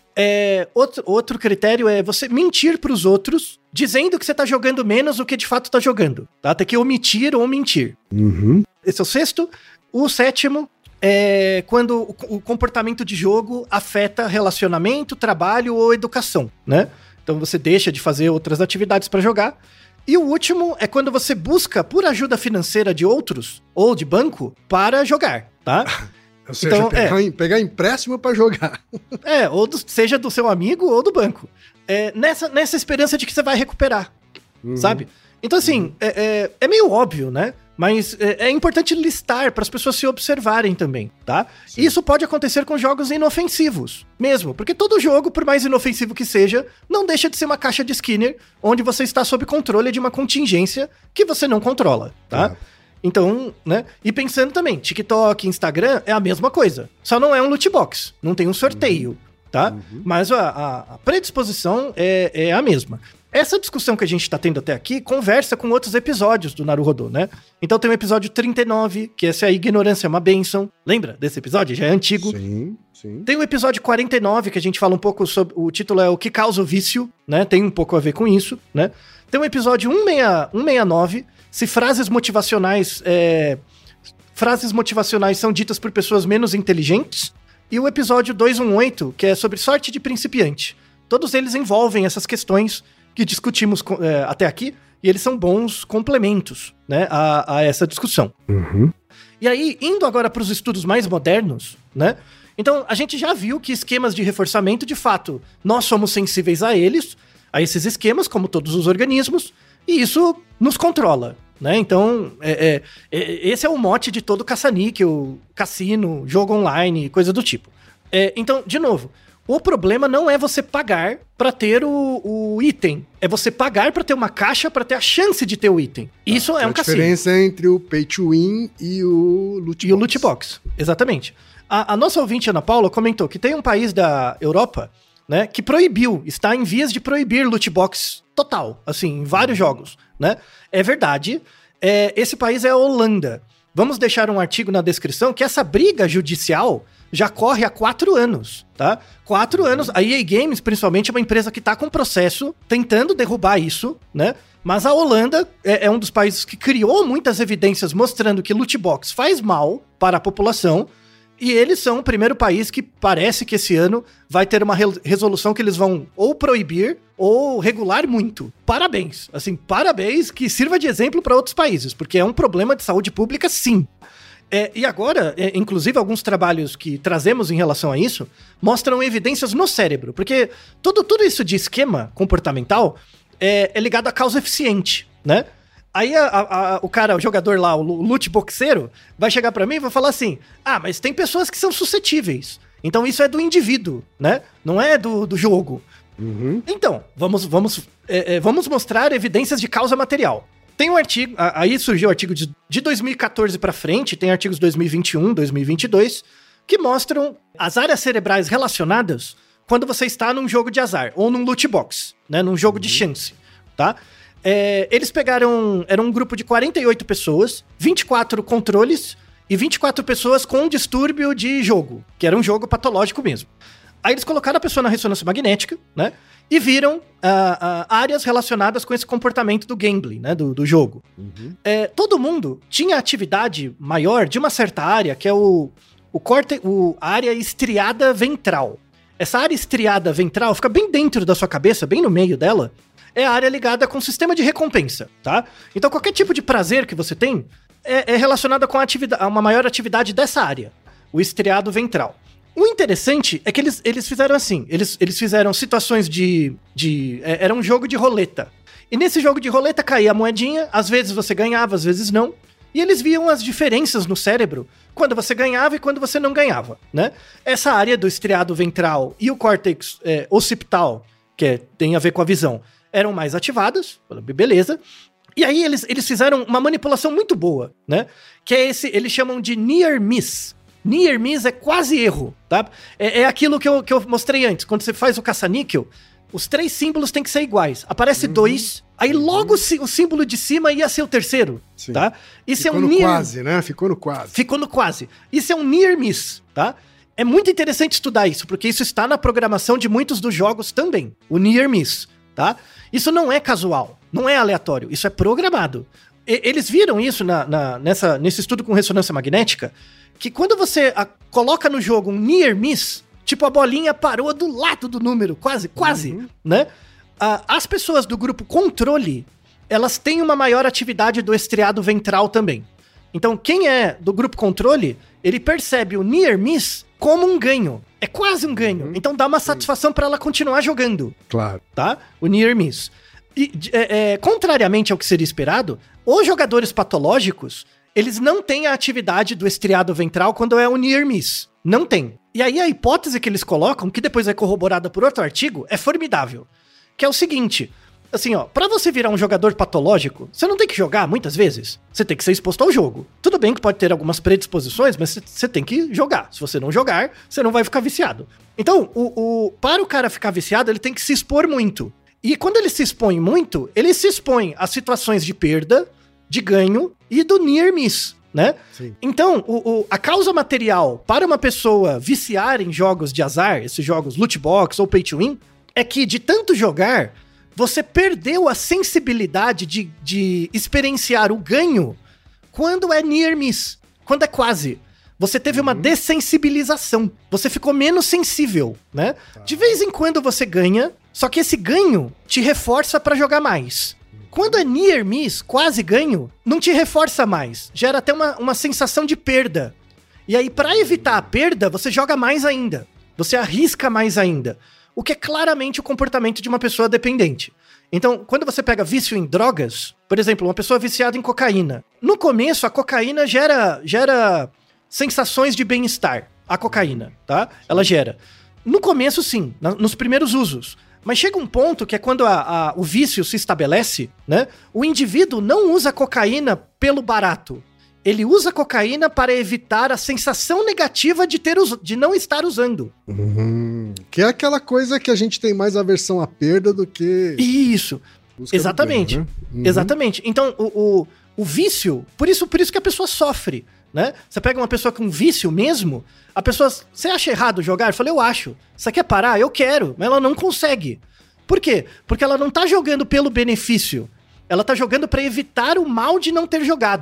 É, outro, outro critério é você mentir pros outros, dizendo que você tá jogando menos do que de fato tá jogando, tá? Tem que omitir ou mentir. Uhum. Esse é o sexto. O sétimo é quando o comportamento de jogo afeta relacionamento, trabalho ou educação, né? Então você deixa de fazer outras atividades para jogar. E o último é quando você busca por ajuda financeira de outros ou de banco para jogar, tá? Ou seja, então, pegar, é, pegar empréstimo para jogar. É, ou do, seja do seu amigo ou do banco. É, nessa, nessa esperança de que você vai recuperar, uhum. sabe? Então assim, uhum. é, é, é meio óbvio, né? Mas é, é importante listar para as pessoas se observarem também, tá? Sim. Isso pode acontecer com jogos inofensivos, mesmo. Porque todo jogo, por mais inofensivo que seja, não deixa de ser uma caixa de Skinner, onde você está sob controle de uma contingência que você não controla, tá? Ah. Então, né? E pensando também, TikTok, Instagram é a mesma coisa. Só não é um loot box, não tem um sorteio, uhum. tá? Uhum. Mas a, a, a predisposição é, é a mesma. Essa discussão que a gente tá tendo até aqui conversa com outros episódios do Naruhodô, né? Então tem o episódio trinta e nove, que essa é a ignorância é uma bênção. Lembra desse episódio? Já é antigo. Sim, sim. Tem o episódio quarenta e nove, que a gente fala um pouco sobre... O título é O que causa o vício, né? Tem um pouco a ver com isso, né? Tem o episódio cento e sessenta e nove, se frases motivacionais... É... Frases motivacionais são ditas por pessoas menos inteligentes. E o episódio duzentos e dezoito, que é sobre sorte de principiante. Todos eles envolvem essas questões que discutimos é, até aqui, e eles são bons complementos, né, a, a essa discussão. Uhum. E aí, indo agora para os estudos mais modernos, né, então a gente já viu que esquemas de reforçamento, de fato, nós somos sensíveis a eles, a esses esquemas, como todos os organismos, e isso nos controla, né, então é, é, é, esse é o mote de todo caça-níquel, cassino, jogo online, coisa do tipo. É, então, de novo, o problema não é você pagar para ter o, o item. É você pagar para ter uma caixa para ter a chance de ter o item. Isso ah, é um cassino. A diferença entre o pay to win e o loot box. E o loot box, exatamente. A, a nossa ouvinte, Ana Paula, comentou que tem um país da Europa, né, que proibiu, está em vias de proibir loot box total, assim, em vários jogos, né? É verdade. É, esse país é a Holanda. Vamos deixar um artigo na descrição que essa briga judicial já corre há quatro anos, tá? Quatro anos. A E A Games, principalmente, é uma empresa que tá com processo tentando derrubar isso, né? Mas a Holanda é, é um dos países que criou muitas evidências mostrando que loot box faz mal para a população E eles são o primeiro país que parece que esse ano vai ter uma re- resolução que eles vão ou proibir ou regular muito. Parabéns. Assim, parabéns, que sirva de exemplo para outros países, porque é um problema de saúde pública, sim. É, e agora, é, inclusive, alguns trabalhos que trazemos em relação a isso mostram evidências no cérebro, porque tudo, tudo isso de esquema comportamental é, é ligado à causa eficiente, né? Aí a, a, a, o cara, o jogador lá, o lute boxeiro, vai chegar pra mim e vai falar assim, ah, mas tem pessoas que são suscetíveis, então isso é do indivíduo, né? Não é do, do jogo. Uhum. Então, vamos, vamos, é, é, vamos mostrar evidências de causa material. Tem um artigo, aí surgiu o artigo de, de dois mil e catorze pra frente, tem artigos dois mil e vinte e um, dois mil e vinte e dois, que mostram as áreas cerebrais relacionadas quando você está num jogo de azar, ou num loot box, né, num jogo uhum. de chance, tá? É, eles pegaram, era um grupo de quarenta e oito pessoas, vinte e quatro controles e vinte e quatro pessoas com distúrbio de jogo, que era um jogo patológico mesmo. Aí eles colocaram a pessoa na ressonância magnética, né? E viram uh, uh, áreas relacionadas com esse comportamento do gambling, né? Do, do jogo. Uhum. É, todo mundo tinha atividade maior de uma certa área, que é o, o corte, o, a área estriada ventral. Essa área estriada ventral fica bem dentro da sua cabeça, bem no meio dela. É a área ligada com o sistema de recompensa, tá? Então qualquer tipo de prazer que você tem é, é relacionado com a, atividade, a uma maior atividade dessa área, o estriado ventral. O interessante é que eles, eles fizeram assim, eles, eles fizeram situações de... de é, era um jogo de roleta. E nesse jogo de roleta caía a moedinha, às vezes você ganhava, às vezes não. E eles viam as diferenças no cérebro quando você ganhava e quando você não ganhava, né? Essa área do estriado ventral e o córtex é, occipital, que é, tem a ver com a visão, eram mais ativadas, beleza. E aí eles, eles fizeram uma manipulação muito boa, né? Que é esse, eles chamam de near miss. Near miss é quase erro, tá? É, é aquilo que eu, que eu mostrei antes. Quando você faz o caça-níquel, os três símbolos têm que ser iguais. Aparece uhum. dois, aí logo uhum. o símbolo de cima ia ser o terceiro, Sim. tá? Isso Ficou é um no near... quase, né? Ficou no quase. Ficou no quase. Isso é um near miss, tá? É muito interessante estudar isso, porque isso está na programação de muitos dos jogos também. O near miss, tá? Isso não é casual, não é aleatório, isso é programado. E, eles viram isso na, na, nessa, nesse estudo com ressonância magnética, que quando você a, coloca no jogo um near miss, tipo a bolinha parou do lado do número, quase, quase, uhum. né? Ah, as pessoas do grupo controle, elas têm uma maior atividade do estriado ventral também. Então quem é do grupo controle, ele percebe o near miss como um ganho. É quase um ganho. Uhum. Então dá uma satisfação para ela continuar jogando. Claro. Tá? O near miss. E, é, é, contrariamente ao que seria esperado, os jogadores patológicos, eles não têm a atividade do estriado ventral quando é o near miss. Não tem. E aí a hipótese que eles colocam, que depois é corroborada por outro artigo, é formidável. Que é o seguinte... Assim, ó, pra você virar um jogador patológico, você não tem que jogar muitas vezes. Você tem que ser exposto ao jogo. Tudo bem que pode ter algumas predisposições, mas você tem que jogar. Se você não jogar, você não vai ficar viciado. Então, o, o, para o cara ficar viciado, ele tem que se expor muito. E quando ele se expõe muito, ele se expõe a situações de perda, de ganho e do near miss, né? Sim. Então, o, o, a causa material para uma pessoa viciar em jogos de azar, esses jogos loot box ou pay to win, é que de tanto jogar... Você perdeu a sensibilidade de, de experienciar o ganho quando é near miss, quando é quase. Você teve uma dessensibilização. Você ficou menos sensível, né? Tá. De vez em quando você ganha, só que esse ganho te reforça pra jogar mais. Quando é near miss, quase ganho, não te reforça mais. Gera até uma, uma sensação de perda. E aí, pra evitar a perda, você joga mais ainda. Você arrisca mais ainda. O que é claramente o comportamento de uma pessoa dependente. Então, quando você pega vício em drogas, por exemplo, uma pessoa viciada em cocaína, no começo a cocaína gera, gera sensações de bem-estar, a cocaína, tá? Ela gera. No começo, sim, na, nos primeiros usos. Mas chega um ponto que é quando a, a, o vício se estabelece, né? O indivíduo não usa cocaína pelo barato. Ele usa cocaína para evitar a sensação negativa de, ter us- de não estar usando. Uhum. Que é aquela coisa que a gente tem mais aversão à perda do que... Isso, exatamente. Ganho, né? Uhum. Exatamente. Então, o, o, o vício, por isso, por isso que a pessoa sofre, né? Você pega uma pessoa com vício mesmo, a pessoa... Você acha errado jogar? Eu falei, eu acho. Você quer parar? Eu quero. Mas ela não consegue. Por quê? Porque ela não tá jogando pelo benefício. Ela tá jogando para evitar o mal de não ter jogado.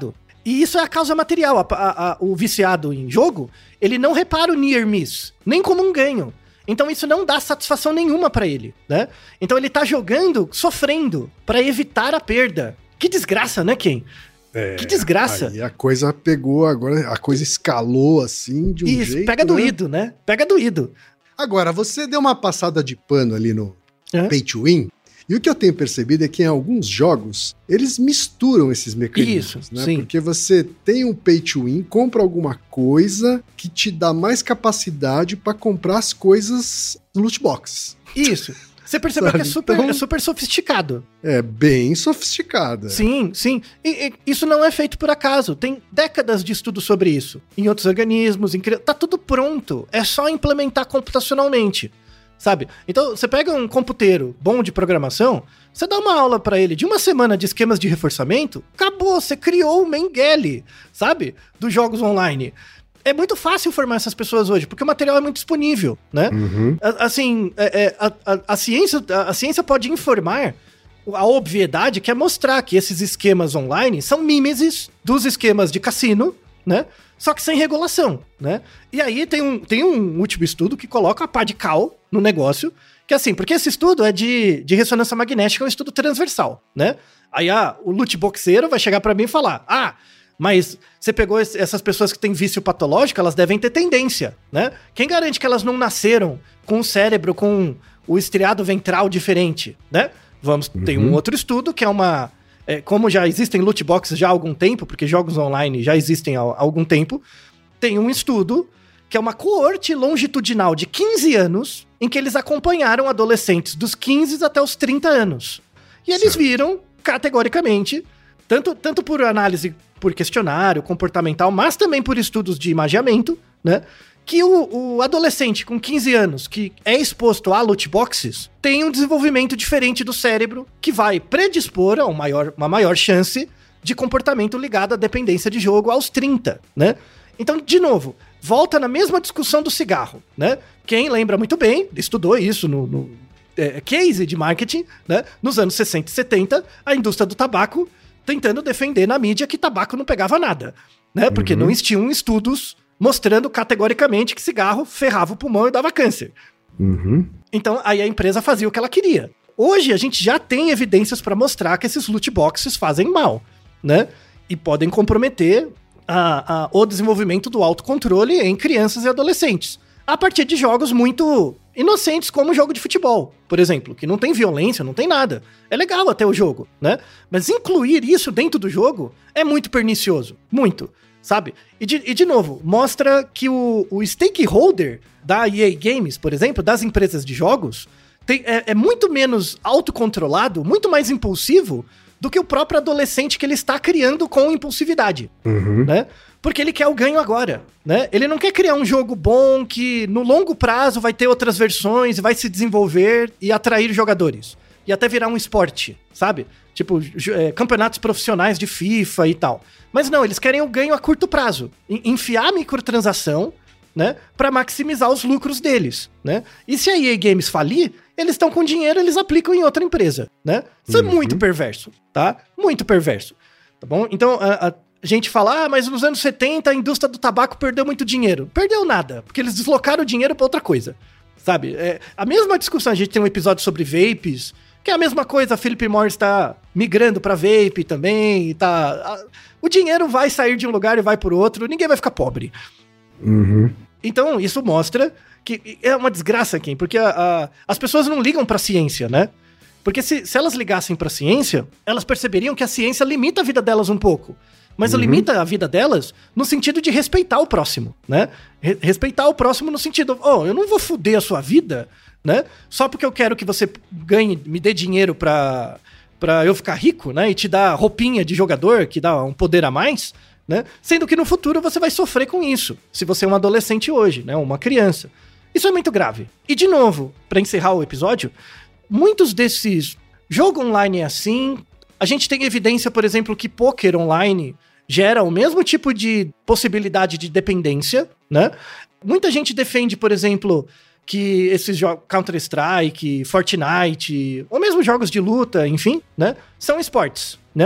E isso é a causa material. A, a, a, o viciado em jogo, ele não repara o near miss, nem como um ganho. Então isso não dá satisfação nenhuma pra ele, né? Então ele tá jogando, sofrendo, pra evitar a perda. Que desgraça, né, Ken? É, que desgraça. Aí a coisa pegou agora, a coisa escalou assim de um isso, jeito... pega doído, né? né? Pega doído. Agora, você deu uma passada de pano ali no é. Pay to Win, e o que eu tenho percebido é que em alguns jogos, eles misturam esses mecanismos, Isso, né? sim. Porque você tem um Pay to Win, compra alguma coisa que te dá mais capacidade para comprar as coisas no loot box. Isso. Você percebeu Sabe? que é super, Então, é super sofisticado. É bem sofisticada. Sim, sim. E, e isso não é feito por acaso. Tem décadas de estudo sobre isso. Em outros organismos, em cri... tá tudo pronto. É só implementar computacionalmente. Sabe? Então, você pega um computeiro bom de programação, você dá uma aula pra ele de uma semana de esquemas de reforçamento, acabou, você criou o Mengele, sabe? Dos jogos online. É muito fácil formar essas pessoas hoje, porque o material é muito disponível, né? Uhum. Assim, é, é, a, a, a, ciência, a, a ciência pode informar. A obviedade que é mostrar que esses esquemas online são mimeses dos esquemas de cassino, né? Só que sem regulação, né? E aí tem um, tem um último estudo que coloca a pá de cal no negócio, que é assim, porque esse estudo é de, de ressonância magnética, é um estudo transversal, né? Aí ah, o lootboxeiro vai chegar pra mim e falar, ah, mas você pegou esse, essas pessoas que têm vício patológico, elas devem ter tendência, né? Quem garante que elas não nasceram com o cérebro, com o estriado ventral diferente, né? Vamos, uhum. Tem um outro estudo que é uma... É, como já existem loot boxes já há algum tempo, porque jogos online já existem há, há algum tempo, tem um estudo que é uma coorte longitudinal de quinze anos, em que eles acompanharam adolescentes dos quinze até os trinta anos. E eles certo. viram, categoricamente, tanto, tanto por análise por questionário comportamental, mas também por estudos de imageamento, né? Que o, o adolescente com quinze anos que é exposto a loot boxes tem um desenvolvimento diferente do cérebro que vai predispor a uma maior, uma maior chance de comportamento ligado à dependência de jogo aos trinta, né? Então, de novo, volta na mesma discussão do cigarro, né? Quem lembra muito bem, estudou isso no, no é, case de marketing, né? Nos anos sessenta e setenta, a indústria do tabaco tentando defender na mídia que tabaco não pegava nada, né? Porque uhum. não existiam estudos mostrando categoricamente que cigarro ferrava o pulmão e dava câncer. Uhum. Então, aí a empresa fazia o que ela queria. Hoje, a gente já tem evidências para mostrar que esses loot boxes fazem mal, né? E podem comprometer a, a, o desenvolvimento do autocontrole em crianças e adolescentes. A partir de jogos muito inocentes, como o jogo de futebol, por exemplo, que não tem violência, não tem nada. É legal até o jogo, né? Mas incluir isso dentro do jogo é muito pernicioso. Muito. Sabe? E de, e de novo, mostra que o, o stakeholder da E A Games, por exemplo, das empresas de jogos, tem, é, é muito menos autocontrolado, muito mais impulsivo do que o próprio adolescente que ele está criando com impulsividade, uhum. né? Porque ele quer o ganho agora, né? Ele não quer criar um jogo bom que no longo prazo vai ter outras versões e vai se desenvolver e atrair jogadores. E até virar um esporte, sabe? Tipo, é, campeonatos profissionais de FIFA e tal. Mas não, eles querem o ganho a curto prazo. Enfiar a microtransação, né? Pra maximizar os lucros deles, né? E se a E A Games falir, eles estão com dinheiro, eles aplicam em outra empresa, né? Isso uhum. é muito perverso, tá? Muito perverso, tá bom? Então, a, a gente fala, ah, mas nos anos setenta a indústria do tabaco perdeu muito dinheiro. Perdeu nada, porque eles deslocaram o dinheiro pra outra coisa, sabe? É, a mesma discussão, a gente tem um episódio sobre vapes, que é a mesma coisa, a Philip Morris tá migrando pra vape também, e tá... A, o dinheiro vai sair de um lugar e vai por outro, ninguém vai ficar pobre. Uhum. Então, isso mostra que é uma desgraça, Kim, porque a, a, as pessoas não ligam pra ciência, né? Porque se, se elas ligassem pra ciência, elas perceberiam que a ciência limita a vida delas um pouco. Mas uhum. limita a vida delas no sentido de respeitar o próximo, né? Re- respeitar o próximo no sentido, oh, eu não vou foder a sua vida, né? Só porque eu quero que você ganhe, me dê dinheiro pra, pra eu ficar rico, né? E te dar roupinha de jogador, que dá um poder a mais, né? Sendo que no futuro você vai sofrer com isso, se você é um adolescente hoje, né? Uma criança. Isso é muito grave. E de novo, pra encerrar o episódio, muitos desses... Jogo online é assim... A gente tem evidência, por exemplo, que poker online gera o mesmo tipo de possibilidade de dependência, né? Muita gente defende, por exemplo, que esses jogos Counter-Strike, Fortnite, ou mesmo jogos de luta, enfim, né? São esportes, né?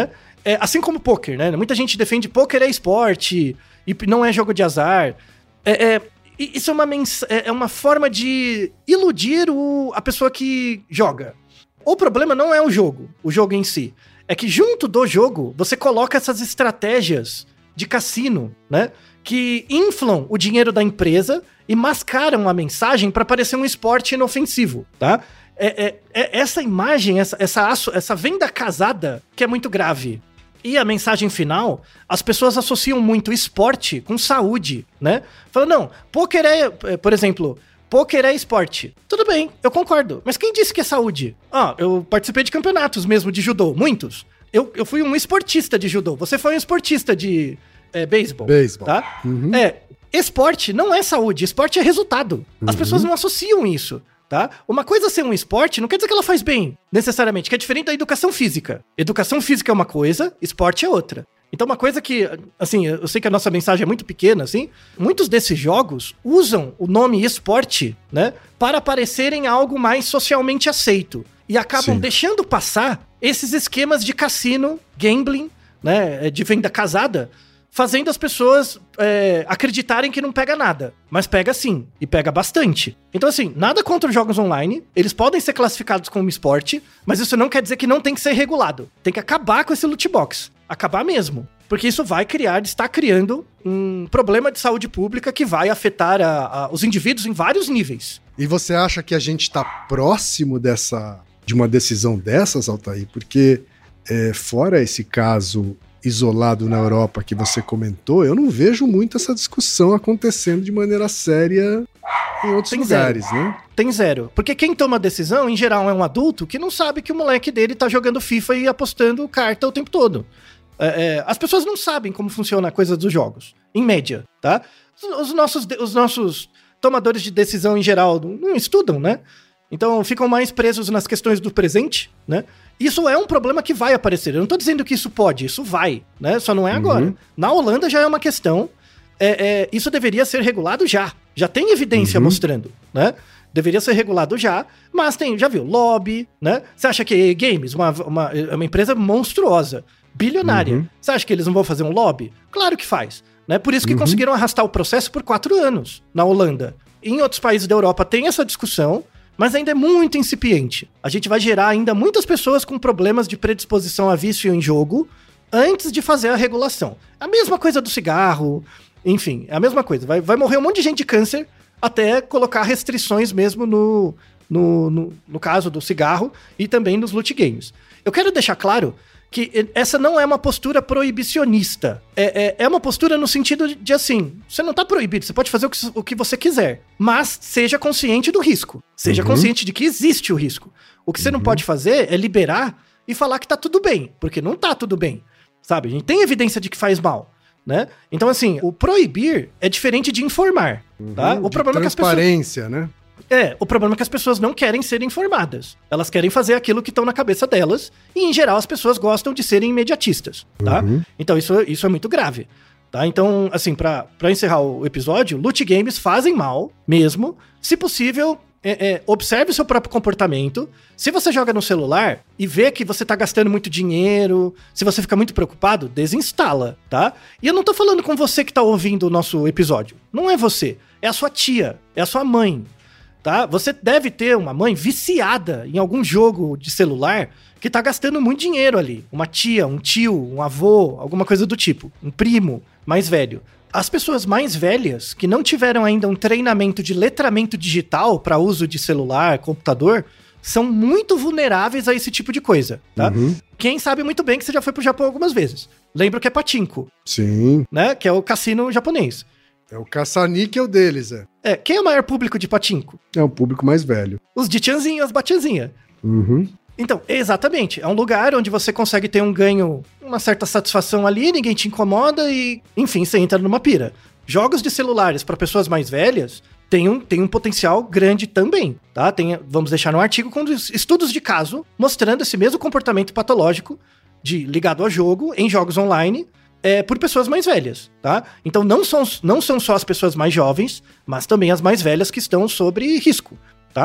é, assim como poker, né? Muita gente defende poker é esporte e não é jogo de azar. É, é, isso é uma, mens- é uma forma de iludir o, a pessoa que joga. O problema não é o jogo, o jogo em si. É que junto do jogo, você coloca essas estratégias de cassino, né? Que inflam o dinheiro da empresa e mascaram a mensagem para parecer um esporte inofensivo, tá? É, é, é essa imagem, essa, essa, essa venda casada que é muito grave. E a mensagem final, as pessoas associam muito esporte com saúde, né? Falam, não, pôquer é, por exemplo... Pôquer é esporte. Tudo bem, eu concordo. Mas quem disse que é saúde? Ah, eu participei de campeonatos mesmo de judô, muitos. Eu, eu fui um esportista de judô. Você foi um esportista de é, beisebol. Beisebol. Tá? Uhum. É, esporte não é saúde, esporte é resultado. As Uhum. pessoas não associam isso, tá? Uma coisa ser um esporte não quer dizer que ela faz bem, necessariamente, que é diferente da educação física. Educação física é uma coisa, esporte é outra. Então uma coisa que, assim, eu sei que a nossa mensagem é muito pequena, assim, muitos desses jogos usam o nome esporte, né, para parecerem algo mais socialmente aceito. E acabam Sim. deixando passar esses esquemas de cassino, gambling, né, de venda casada, fazendo as pessoas é, acreditarem que não pega nada. Mas pega sim, e pega bastante. Então assim, nada contra os jogos online, eles podem ser classificados como esporte, mas isso não quer dizer que não tem que ser regulado. Tem que acabar com esse loot box. Acabar mesmo. Porque isso vai criar, está criando um problema de saúde pública que vai afetar a, a, os indivíduos em vários níveis. E você acha que a gente está próximo dessa, de uma decisão dessas, Altair? Porque é, fora esse caso isolado na Europa que você comentou, eu não vejo muito essa discussão acontecendo de maneira séria em outros Tem lugares, zero. né? Tem zero. Porque quem toma a decisão, em geral, é um adulto que não sabe que o moleque dele tá jogando FIFA e apostando carta o tempo todo. É, é, as pessoas não sabem como funciona a coisa dos jogos, em média, tá? Os, os, nossos, os nossos tomadores de decisão, em geral, não estudam, né? Então, ficam mais presos nas questões do presente, né? Isso é um problema que vai aparecer. Eu não tô dizendo que isso pode, isso vai, né? Só não é agora. Uhum. Na Holanda já é uma questão. É, é, isso deveria ser regulado já. Já tem evidência Uhum. mostrando, né? Deveria ser regulado já, mas tem, já viu, lobby, né? Você acha que a Games, uma, uma, é uma empresa monstruosa, bilionária, Uhum. você acha que eles não vão fazer um lobby? Claro que faz, né? Por isso que Uhum. conseguiram arrastar o processo por quatro anos na Holanda. Em outros países da Europa tem essa discussão, mas ainda é muito incipiente. A gente vai gerar ainda muitas pessoas com problemas de predisposição a vício em jogo antes de fazer a regulação. A mesma coisa do cigarro, enfim, é a mesma coisa. Vai, vai morrer um monte de gente de câncer até colocar restrições mesmo no, no, no, no caso do cigarro e também nos loot games. Eu quero deixar claro que essa não é uma postura proibicionista. É, é, é uma postura no sentido de, de assim, você não tá proibido, você pode fazer o que, o que você quiser, mas seja consciente do risco. Seja Uhum. consciente de que existe o risco. O que você não pode fazer é liberar e falar que tá tudo bem, porque não tá tudo bem, sabe? A gente tem evidência de que faz mal, né? Então, assim, o proibir é diferente de informar, tá? Uhum, O de problema é que as pessoas... transparência, né? É, o problema é que as pessoas não querem ser informadas. Elas querem fazer aquilo que estão na cabeça delas e, em geral, as pessoas gostam de serem imediatistas, tá? Uhum. Então, isso, isso é muito grave, tá? Então, assim, pra, pra encerrar o episódio, loot games fazem mal mesmo. Se possível, é, é, observe o seu próprio comportamento. Se você joga no celular e vê que você tá gastando muito dinheiro, se você fica muito preocupado, desinstala, tá? E eu não tô falando com você que tá ouvindo o nosso episódio. Não é você, é a sua tia, é a sua mãe, tá? Você deve ter uma mãe viciada em algum jogo de celular que tá gastando muito dinheiro ali. Uma tia, um tio, um avô, alguma coisa do tipo. Um primo mais velho. As pessoas mais velhas, que não tiveram ainda um treinamento de letramento digital para uso de celular, computador, são muito vulneráveis a esse tipo de coisa, tá? Uhum. Quem sabe muito bem que você já foi pro Japão algumas vezes. Lembra que é pachinko, Sim. né? Que é o cassino japonês. É o caça-níquel deles, é. É, quem é o maior público de pachinko? É o público mais velho. Os de tianzinha, as batianzinha. Uhum. Então, exatamente. É um lugar onde você consegue ter um ganho, uma certa satisfação ali, ninguém te incomoda e, enfim, você entra numa pira. Jogos de celulares para pessoas mais velhas tem um, tem um potencial grande também, tá? Tem, vamos deixar no artigo com estudos de caso mostrando esse mesmo comportamento patológico de, ligado ao jogo, em jogos online, é, por pessoas mais velhas, tá? Então não são, não são só as pessoas mais jovens, mas também as mais velhas que estão sobre risco, tá?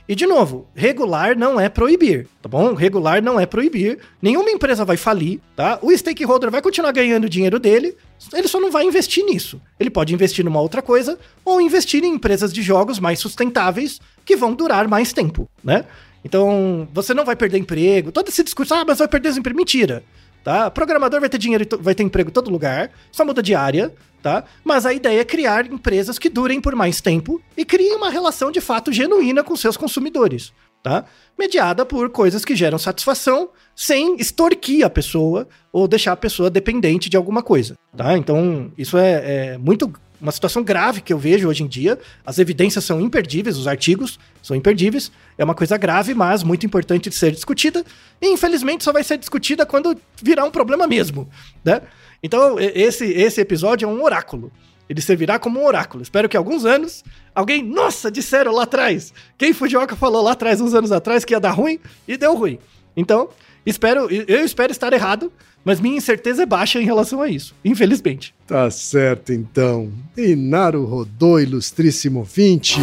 E, de novo, regular não é proibir, tá bom? Regular não é proibir. Nenhuma empresa vai falir, tá? O stakeholder vai continuar ganhando o dinheiro dele, ele só não vai investir nisso. Ele pode investir numa outra coisa ou investir em empresas de jogos mais sustentáveis que vão durar mais tempo, né? Então, você não vai perder emprego. Todo esse discurso, ah, mas vai perder emprego. Mentira, tá? Programador vai ter dinheiro, vai ter emprego em todo lugar, só muda de área, tá? Mas a ideia é criar empresas que durem por mais tempo e criem uma relação de fato genuína com seus consumidores, tá? Mediada por coisas que geram satisfação, sem extorquir a pessoa ou deixar a pessoa dependente de alguma coisa, tá? Então, isso é, é muito... uma situação grave que eu vejo hoje em dia. As evidências são imperdíveis, os artigos são imperdíveis. É uma coisa grave, mas muito importante de ser discutida. E, infelizmente, só vai ser discutida quando virar um problema mesmo, né? Então, esse, esse episódio é um oráculo. Ele servirá como um oráculo. Espero que alguns anos, alguém, nossa, disseram lá atrás. Quem Fujioka falou lá atrás, uns anos atrás, que ia dar ruim, e deu ruim. Então, espero, eu espero estar errado, mas minha incerteza é baixa em relação a isso, infelizmente. Tá certo, então. E Naruhodô, ilustríssimo ouvinte.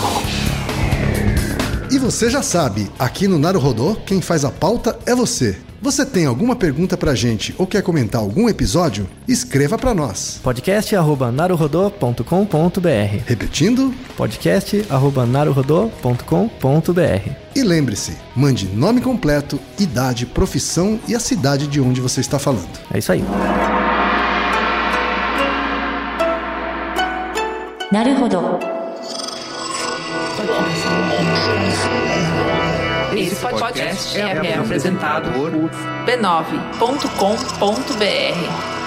E você já sabe, aqui no Naruhodô, quem faz a pauta é você. Você tem alguma pergunta pra gente ou quer comentar algum episódio? Escreva pra nós. podcast arroba naruhodô ponto com ponto b r. Repetindo? podcast arroba naruhodô ponto com ponto b r. E lembre-se, mande nome completo, idade, profissão e a cidade de onde você está falando. É isso aí. Naruhodô. Esse podcast é apresentado por b nove ponto com ponto b r.